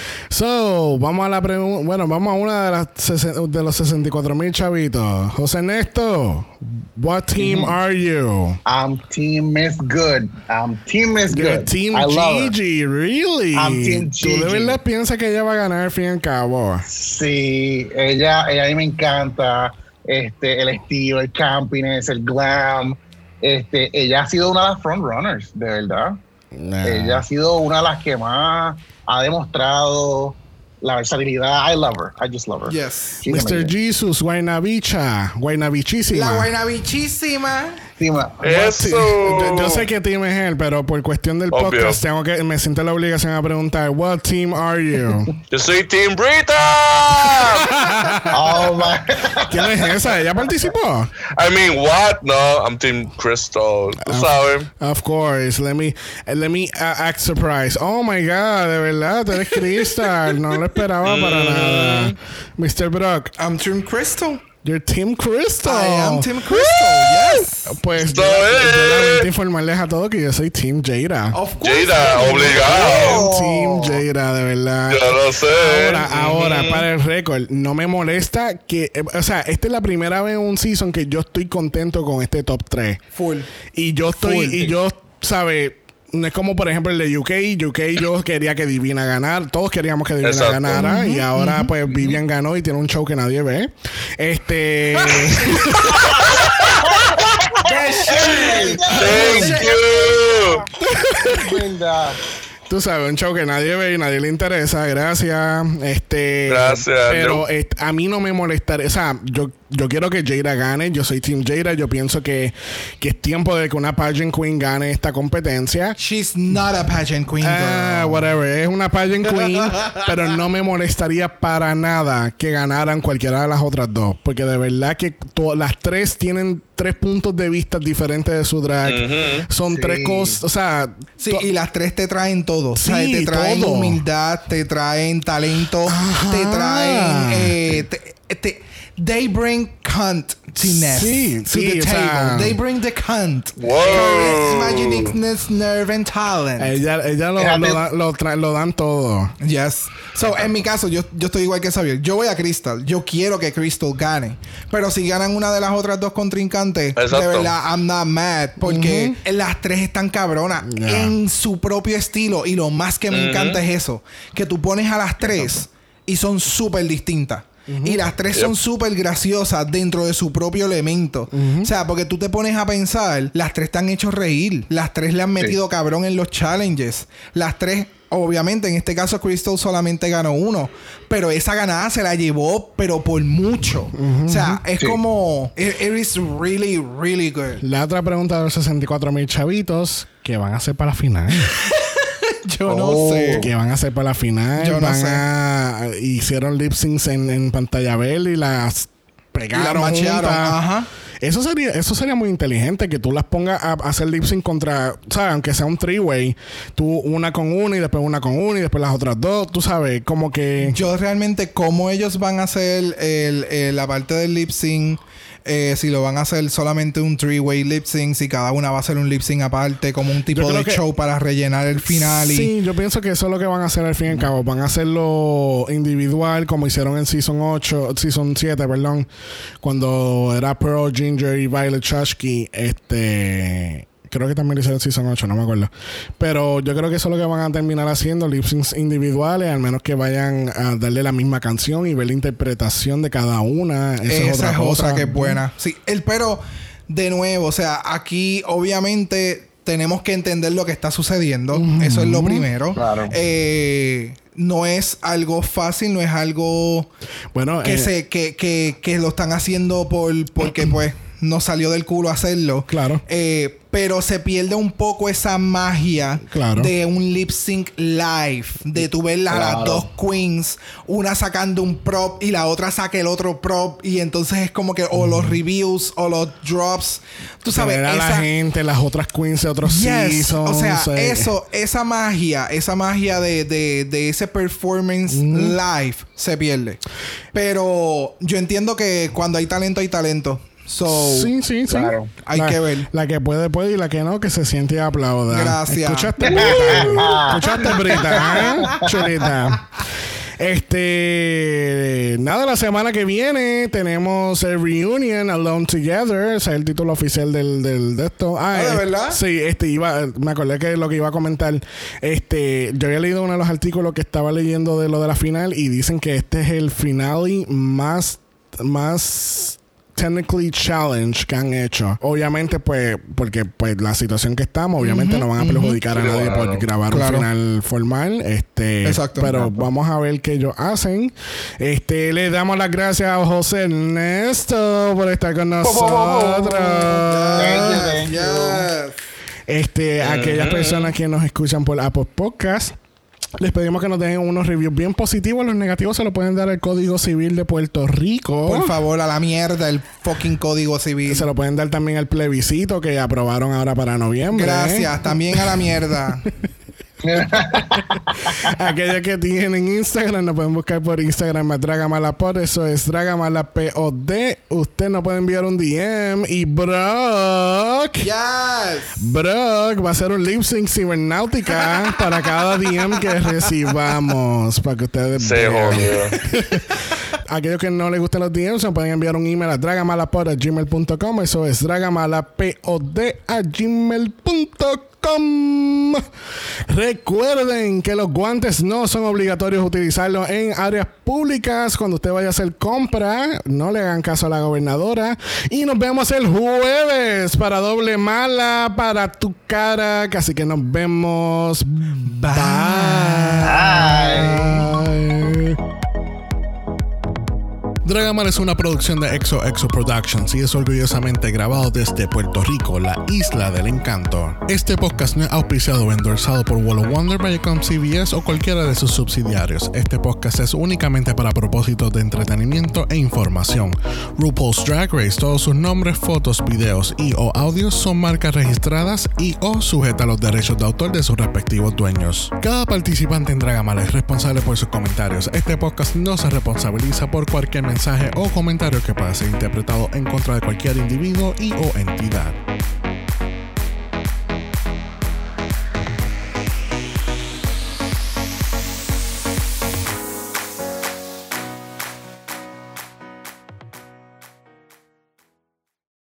So, vamos a la pregunta. Bueno, vamos a una de las ses- de los sesenta y cuatro mil chavitos. José Ernesto, what team mm-hmm. are you? I'm Team Miss Good. I'm Team Miss You're Good. Team I love Gigi, it. really? I'm Team Gigi. ¿Tú de verdad piensas que ella va a ganar al fin y al cabo? Sí, ella, ella a mí me encanta. Este, el estilo, el campiness, el glam. Este, ella ha sido una de las frontrunners, de verdad. Nah. Ella ha sido una de las que más ha demostrado la versatilidad. I love her. I just love her. Yes. She's mister amazing. Jesus, Guaynabicha. Guaynabichísima. La Guaynabichísima. Eso. Yo, yo sé que team es él, pero por cuestión del Obvio. podcast tengo que me siento la obligación a preguntar, what team are you? Yo soy Team Brita. Oh my. ¿Quién es esa? ¿Ella participó? I mean, what? No, I'm Team Crystal. Tú sabes. Of course. Let me let me uh, act surprised. Oh my God, de verdad, tú eres Crystal. No lo esperaba para nada. mister Brock, I'm Team Crystal. You're Team Crystal. I am Team Crystal, yes. Pues So yo, es. yo lamento informarles a todos que yo soy Team Jada. Of course. Jada, obligado. Team Jada, de verdad. Yo lo sé. Ahora, ahora, Mm-hmm. para el récord, no me molesta que... eh, o sea, esta es la primera vez en un season que yo estoy contento con este top tres. Full. Y yo estoy... Full. Y yo, ¿sabes? No es como, por ejemplo, el de U K. U K yo quería que Divina ganara. Todos queríamos que Divina Exacto. ganara. Uh-huh, y ahora, uh-huh, pues, uh-huh. Vivian ganó y tiene un show que nadie ve. Este... Thank you. Verdad. Tú sabes, un show que nadie ve y nadie le interesa. Gracias. Este... Gracias. Pero eh, a mí no me molestaría... O sea, yo... Yo quiero que Jada gane. Yo soy Team Jada. Yo pienso que, que es tiempo de que una pageant queen gane esta competencia. She's not a pageant queen, Ah, girl. whatever. Es una pageant queen. Pero no me molestaría para nada que ganaran cualquiera de las otras dos. Porque de verdad que to- las tres tienen tres puntos de vista diferentes de su drag. Uh-huh. Son sí. tres cosas, o sea... Sí, to- y las tres te traen todo. Sí, o sea, te traen todo. humildad, te traen talento, Ajá. te traen... Eh, te, te, they bring cuntness sí, to sí, the o table. sea, They bring the cunt. Wow. Charisma, uniqueness, nerve, and talent. Ella, ella lo, Fíjate. lo, da- lo, tra- lo dan todo. Yes. So, en mi caso, yo, yo estoy igual que Xavier. Yo voy a Crystal. Yo quiero que Crystal gane. Pero si ganan una de las otras dos contrincantes, Exacto. de verdad, I'm not mad. Porque Uh-huh. las tres están cabronas Yeah. en su propio estilo. Y lo más que me Uh-huh. encanta es eso. Que tú pones a las tres y son súper distintas. Uh-huh. Y las tres Yep. son súper graciosas dentro de su propio elemento. Uh-huh. O sea, porque tú te pones a pensar, las tres te han hecho reír. Las tres le han metido cabrón en los challenges. Las tres, obviamente, en este caso Crystal solamente ganó uno. Pero esa ganada se la llevó, pero por mucho. Uh-huh. O sea, es Sí. como... It, it is really, really good. La otra pregunta de los sesenta y cuatro mil chavitos, ¿qué van a hacer para la final? Yo no Oh. sé. ¿Qué van a hacer para la final? Yo no Van sé. a... Hicieron lip syncs en, en pantalla verde y las pegaron Y las machearon. juntas. Ajá. Eso sería, eso sería muy inteligente, que tú las pongas a, a hacer lip sync contra, ¿sabes? Aunque sea un three-way, tú una con una y después una con una y después las otras dos, tú sabes, como que... Yo realmente, cómo ellos van a hacer el, el- la parte del lip sync, eh, si lo van a hacer solamente un three-way lip sync, si cada una va a hacer un lip sync aparte, como un tipo creo de que- show para rellenar el final. Y, Sí, yo pienso que eso es lo que van a hacer al fin y al cabo. Van a hacerlo individual, como hicieron en Season ocho, Season siete, perdón, cuando era Pearl, Ginger y Violet Chachki. Este... Creo que también lo hicieron en Season ocho, no me acuerdo. Pero yo creo que eso es lo que van a terminar haciendo, lip syncs individuales, al menos que vayan a darle la misma canción y ver la interpretación de cada una. Eso esa es otra es cosa. otra que es buena. Sí, el pero, de nuevo, o sea, aquí obviamente tenemos que entender lo que está sucediendo. Eso es lo primero. Claro. Eh, no es algo fácil, no es algo Bueno, que eh, se que, que, que lo están haciendo por porque pues no salió del culo hacerlo. Claro. Eh, pero se pierde un poco esa magia Claro. de un lip sync live. De tu ver a las Claro. dos queens, una sacando un prop y la otra saca el otro prop. Y entonces es como que o los reviews o los drops. Tú sabes, ver a la esa, gente, las otras queens de otros Yes. seasons. O sea, eh, eso, esa magia, esa magia de, de, de ese performance live se pierde. Pero yo entiendo que cuando hay talento, hay talento. So, Sí, sí, sí. Claro. hay La- que ver. La que puede, puede y la que no, que se siente y aplauda. Gracias. ¿Escuchaste, Brita? ¿Escuchaste, Brita? ¿Eh? Chulita. Este... Nada, la semana que viene tenemos el Reunion Alone Together. Ese es el título oficial del, del de esto. Ah, ¿de eh, verdad? Sí, este iba... Me acordé que lo que iba a comentar. Este... Yo había leído uno de los artículos que estaba leyendo de lo de la final y dicen que este es el finale más... Más... technically challenge que han hecho. Obviamente, pues, porque pues la situación que estamos, obviamente no van a perjudicar a Sí, nadie claro. por grabar Claro. un final formal. Este, Exacto. pero vamos a ver qué ellos hacen. Este, le damos las gracias a José Ernesto por estar con nosotros. Thank you, thank you. Yes. Este, aquellas personas que nos escuchan por Apple Podcast. Les pedimos que nos dejen unos reviews bien positivos. Los negativos se los pueden dar al Código Civil de Puerto Rico. Por favor, a la mierda el fucking código civil. Se lo pueden dar también al plebiscito que aprobaron ahora para noviembre. Gracias. También a la mierda. Aquellos que tienen Instagram nos pueden buscar por Instagram a Dragamalapod. Eso es Dragamalapod. Usted nos puede enviar un D M. Y Brock, Yes. Brock va a hacer un lip sync cibernáutica para cada D M que recibamos. Para que ustedes Se vean. jodió. Aquellos que no les gustan los D Ms, nos pueden enviar un email a dragamalapod a gmail punto com. Eso es dragamalapod a gmail punto com. Recuerden que los guantes no son obligatorios utilizarlos en áreas públicas. Cuando usted vaya a hacer compra, no le hagan caso a la gobernadora. Y nos vemos el jueves para Doble Mala para tu cara. Así que nos vemos. Bye. Bye. Dragamala es una producción de Exo Exo Productions y es orgullosamente grabado desde Puerto Rico, la isla del encanto. Este podcast no es auspiciado o endorsado por Wall of Wonder, Viacom, C B S o cualquiera de sus subsidiarios. Este podcast es únicamente para propósitos de entretenimiento e información. RuPaul's Drag Race, todos sus nombres, fotos, videos y o audios son marcas registradas y o sujetas a los derechos de autor de sus respectivos dueños. Cada participante en Dragamala es responsable por sus comentarios. Este podcast no se responsabiliza por cualquier mensaje o comentario que pueda ser interpretado en contra de cualquier individuo y o entidad.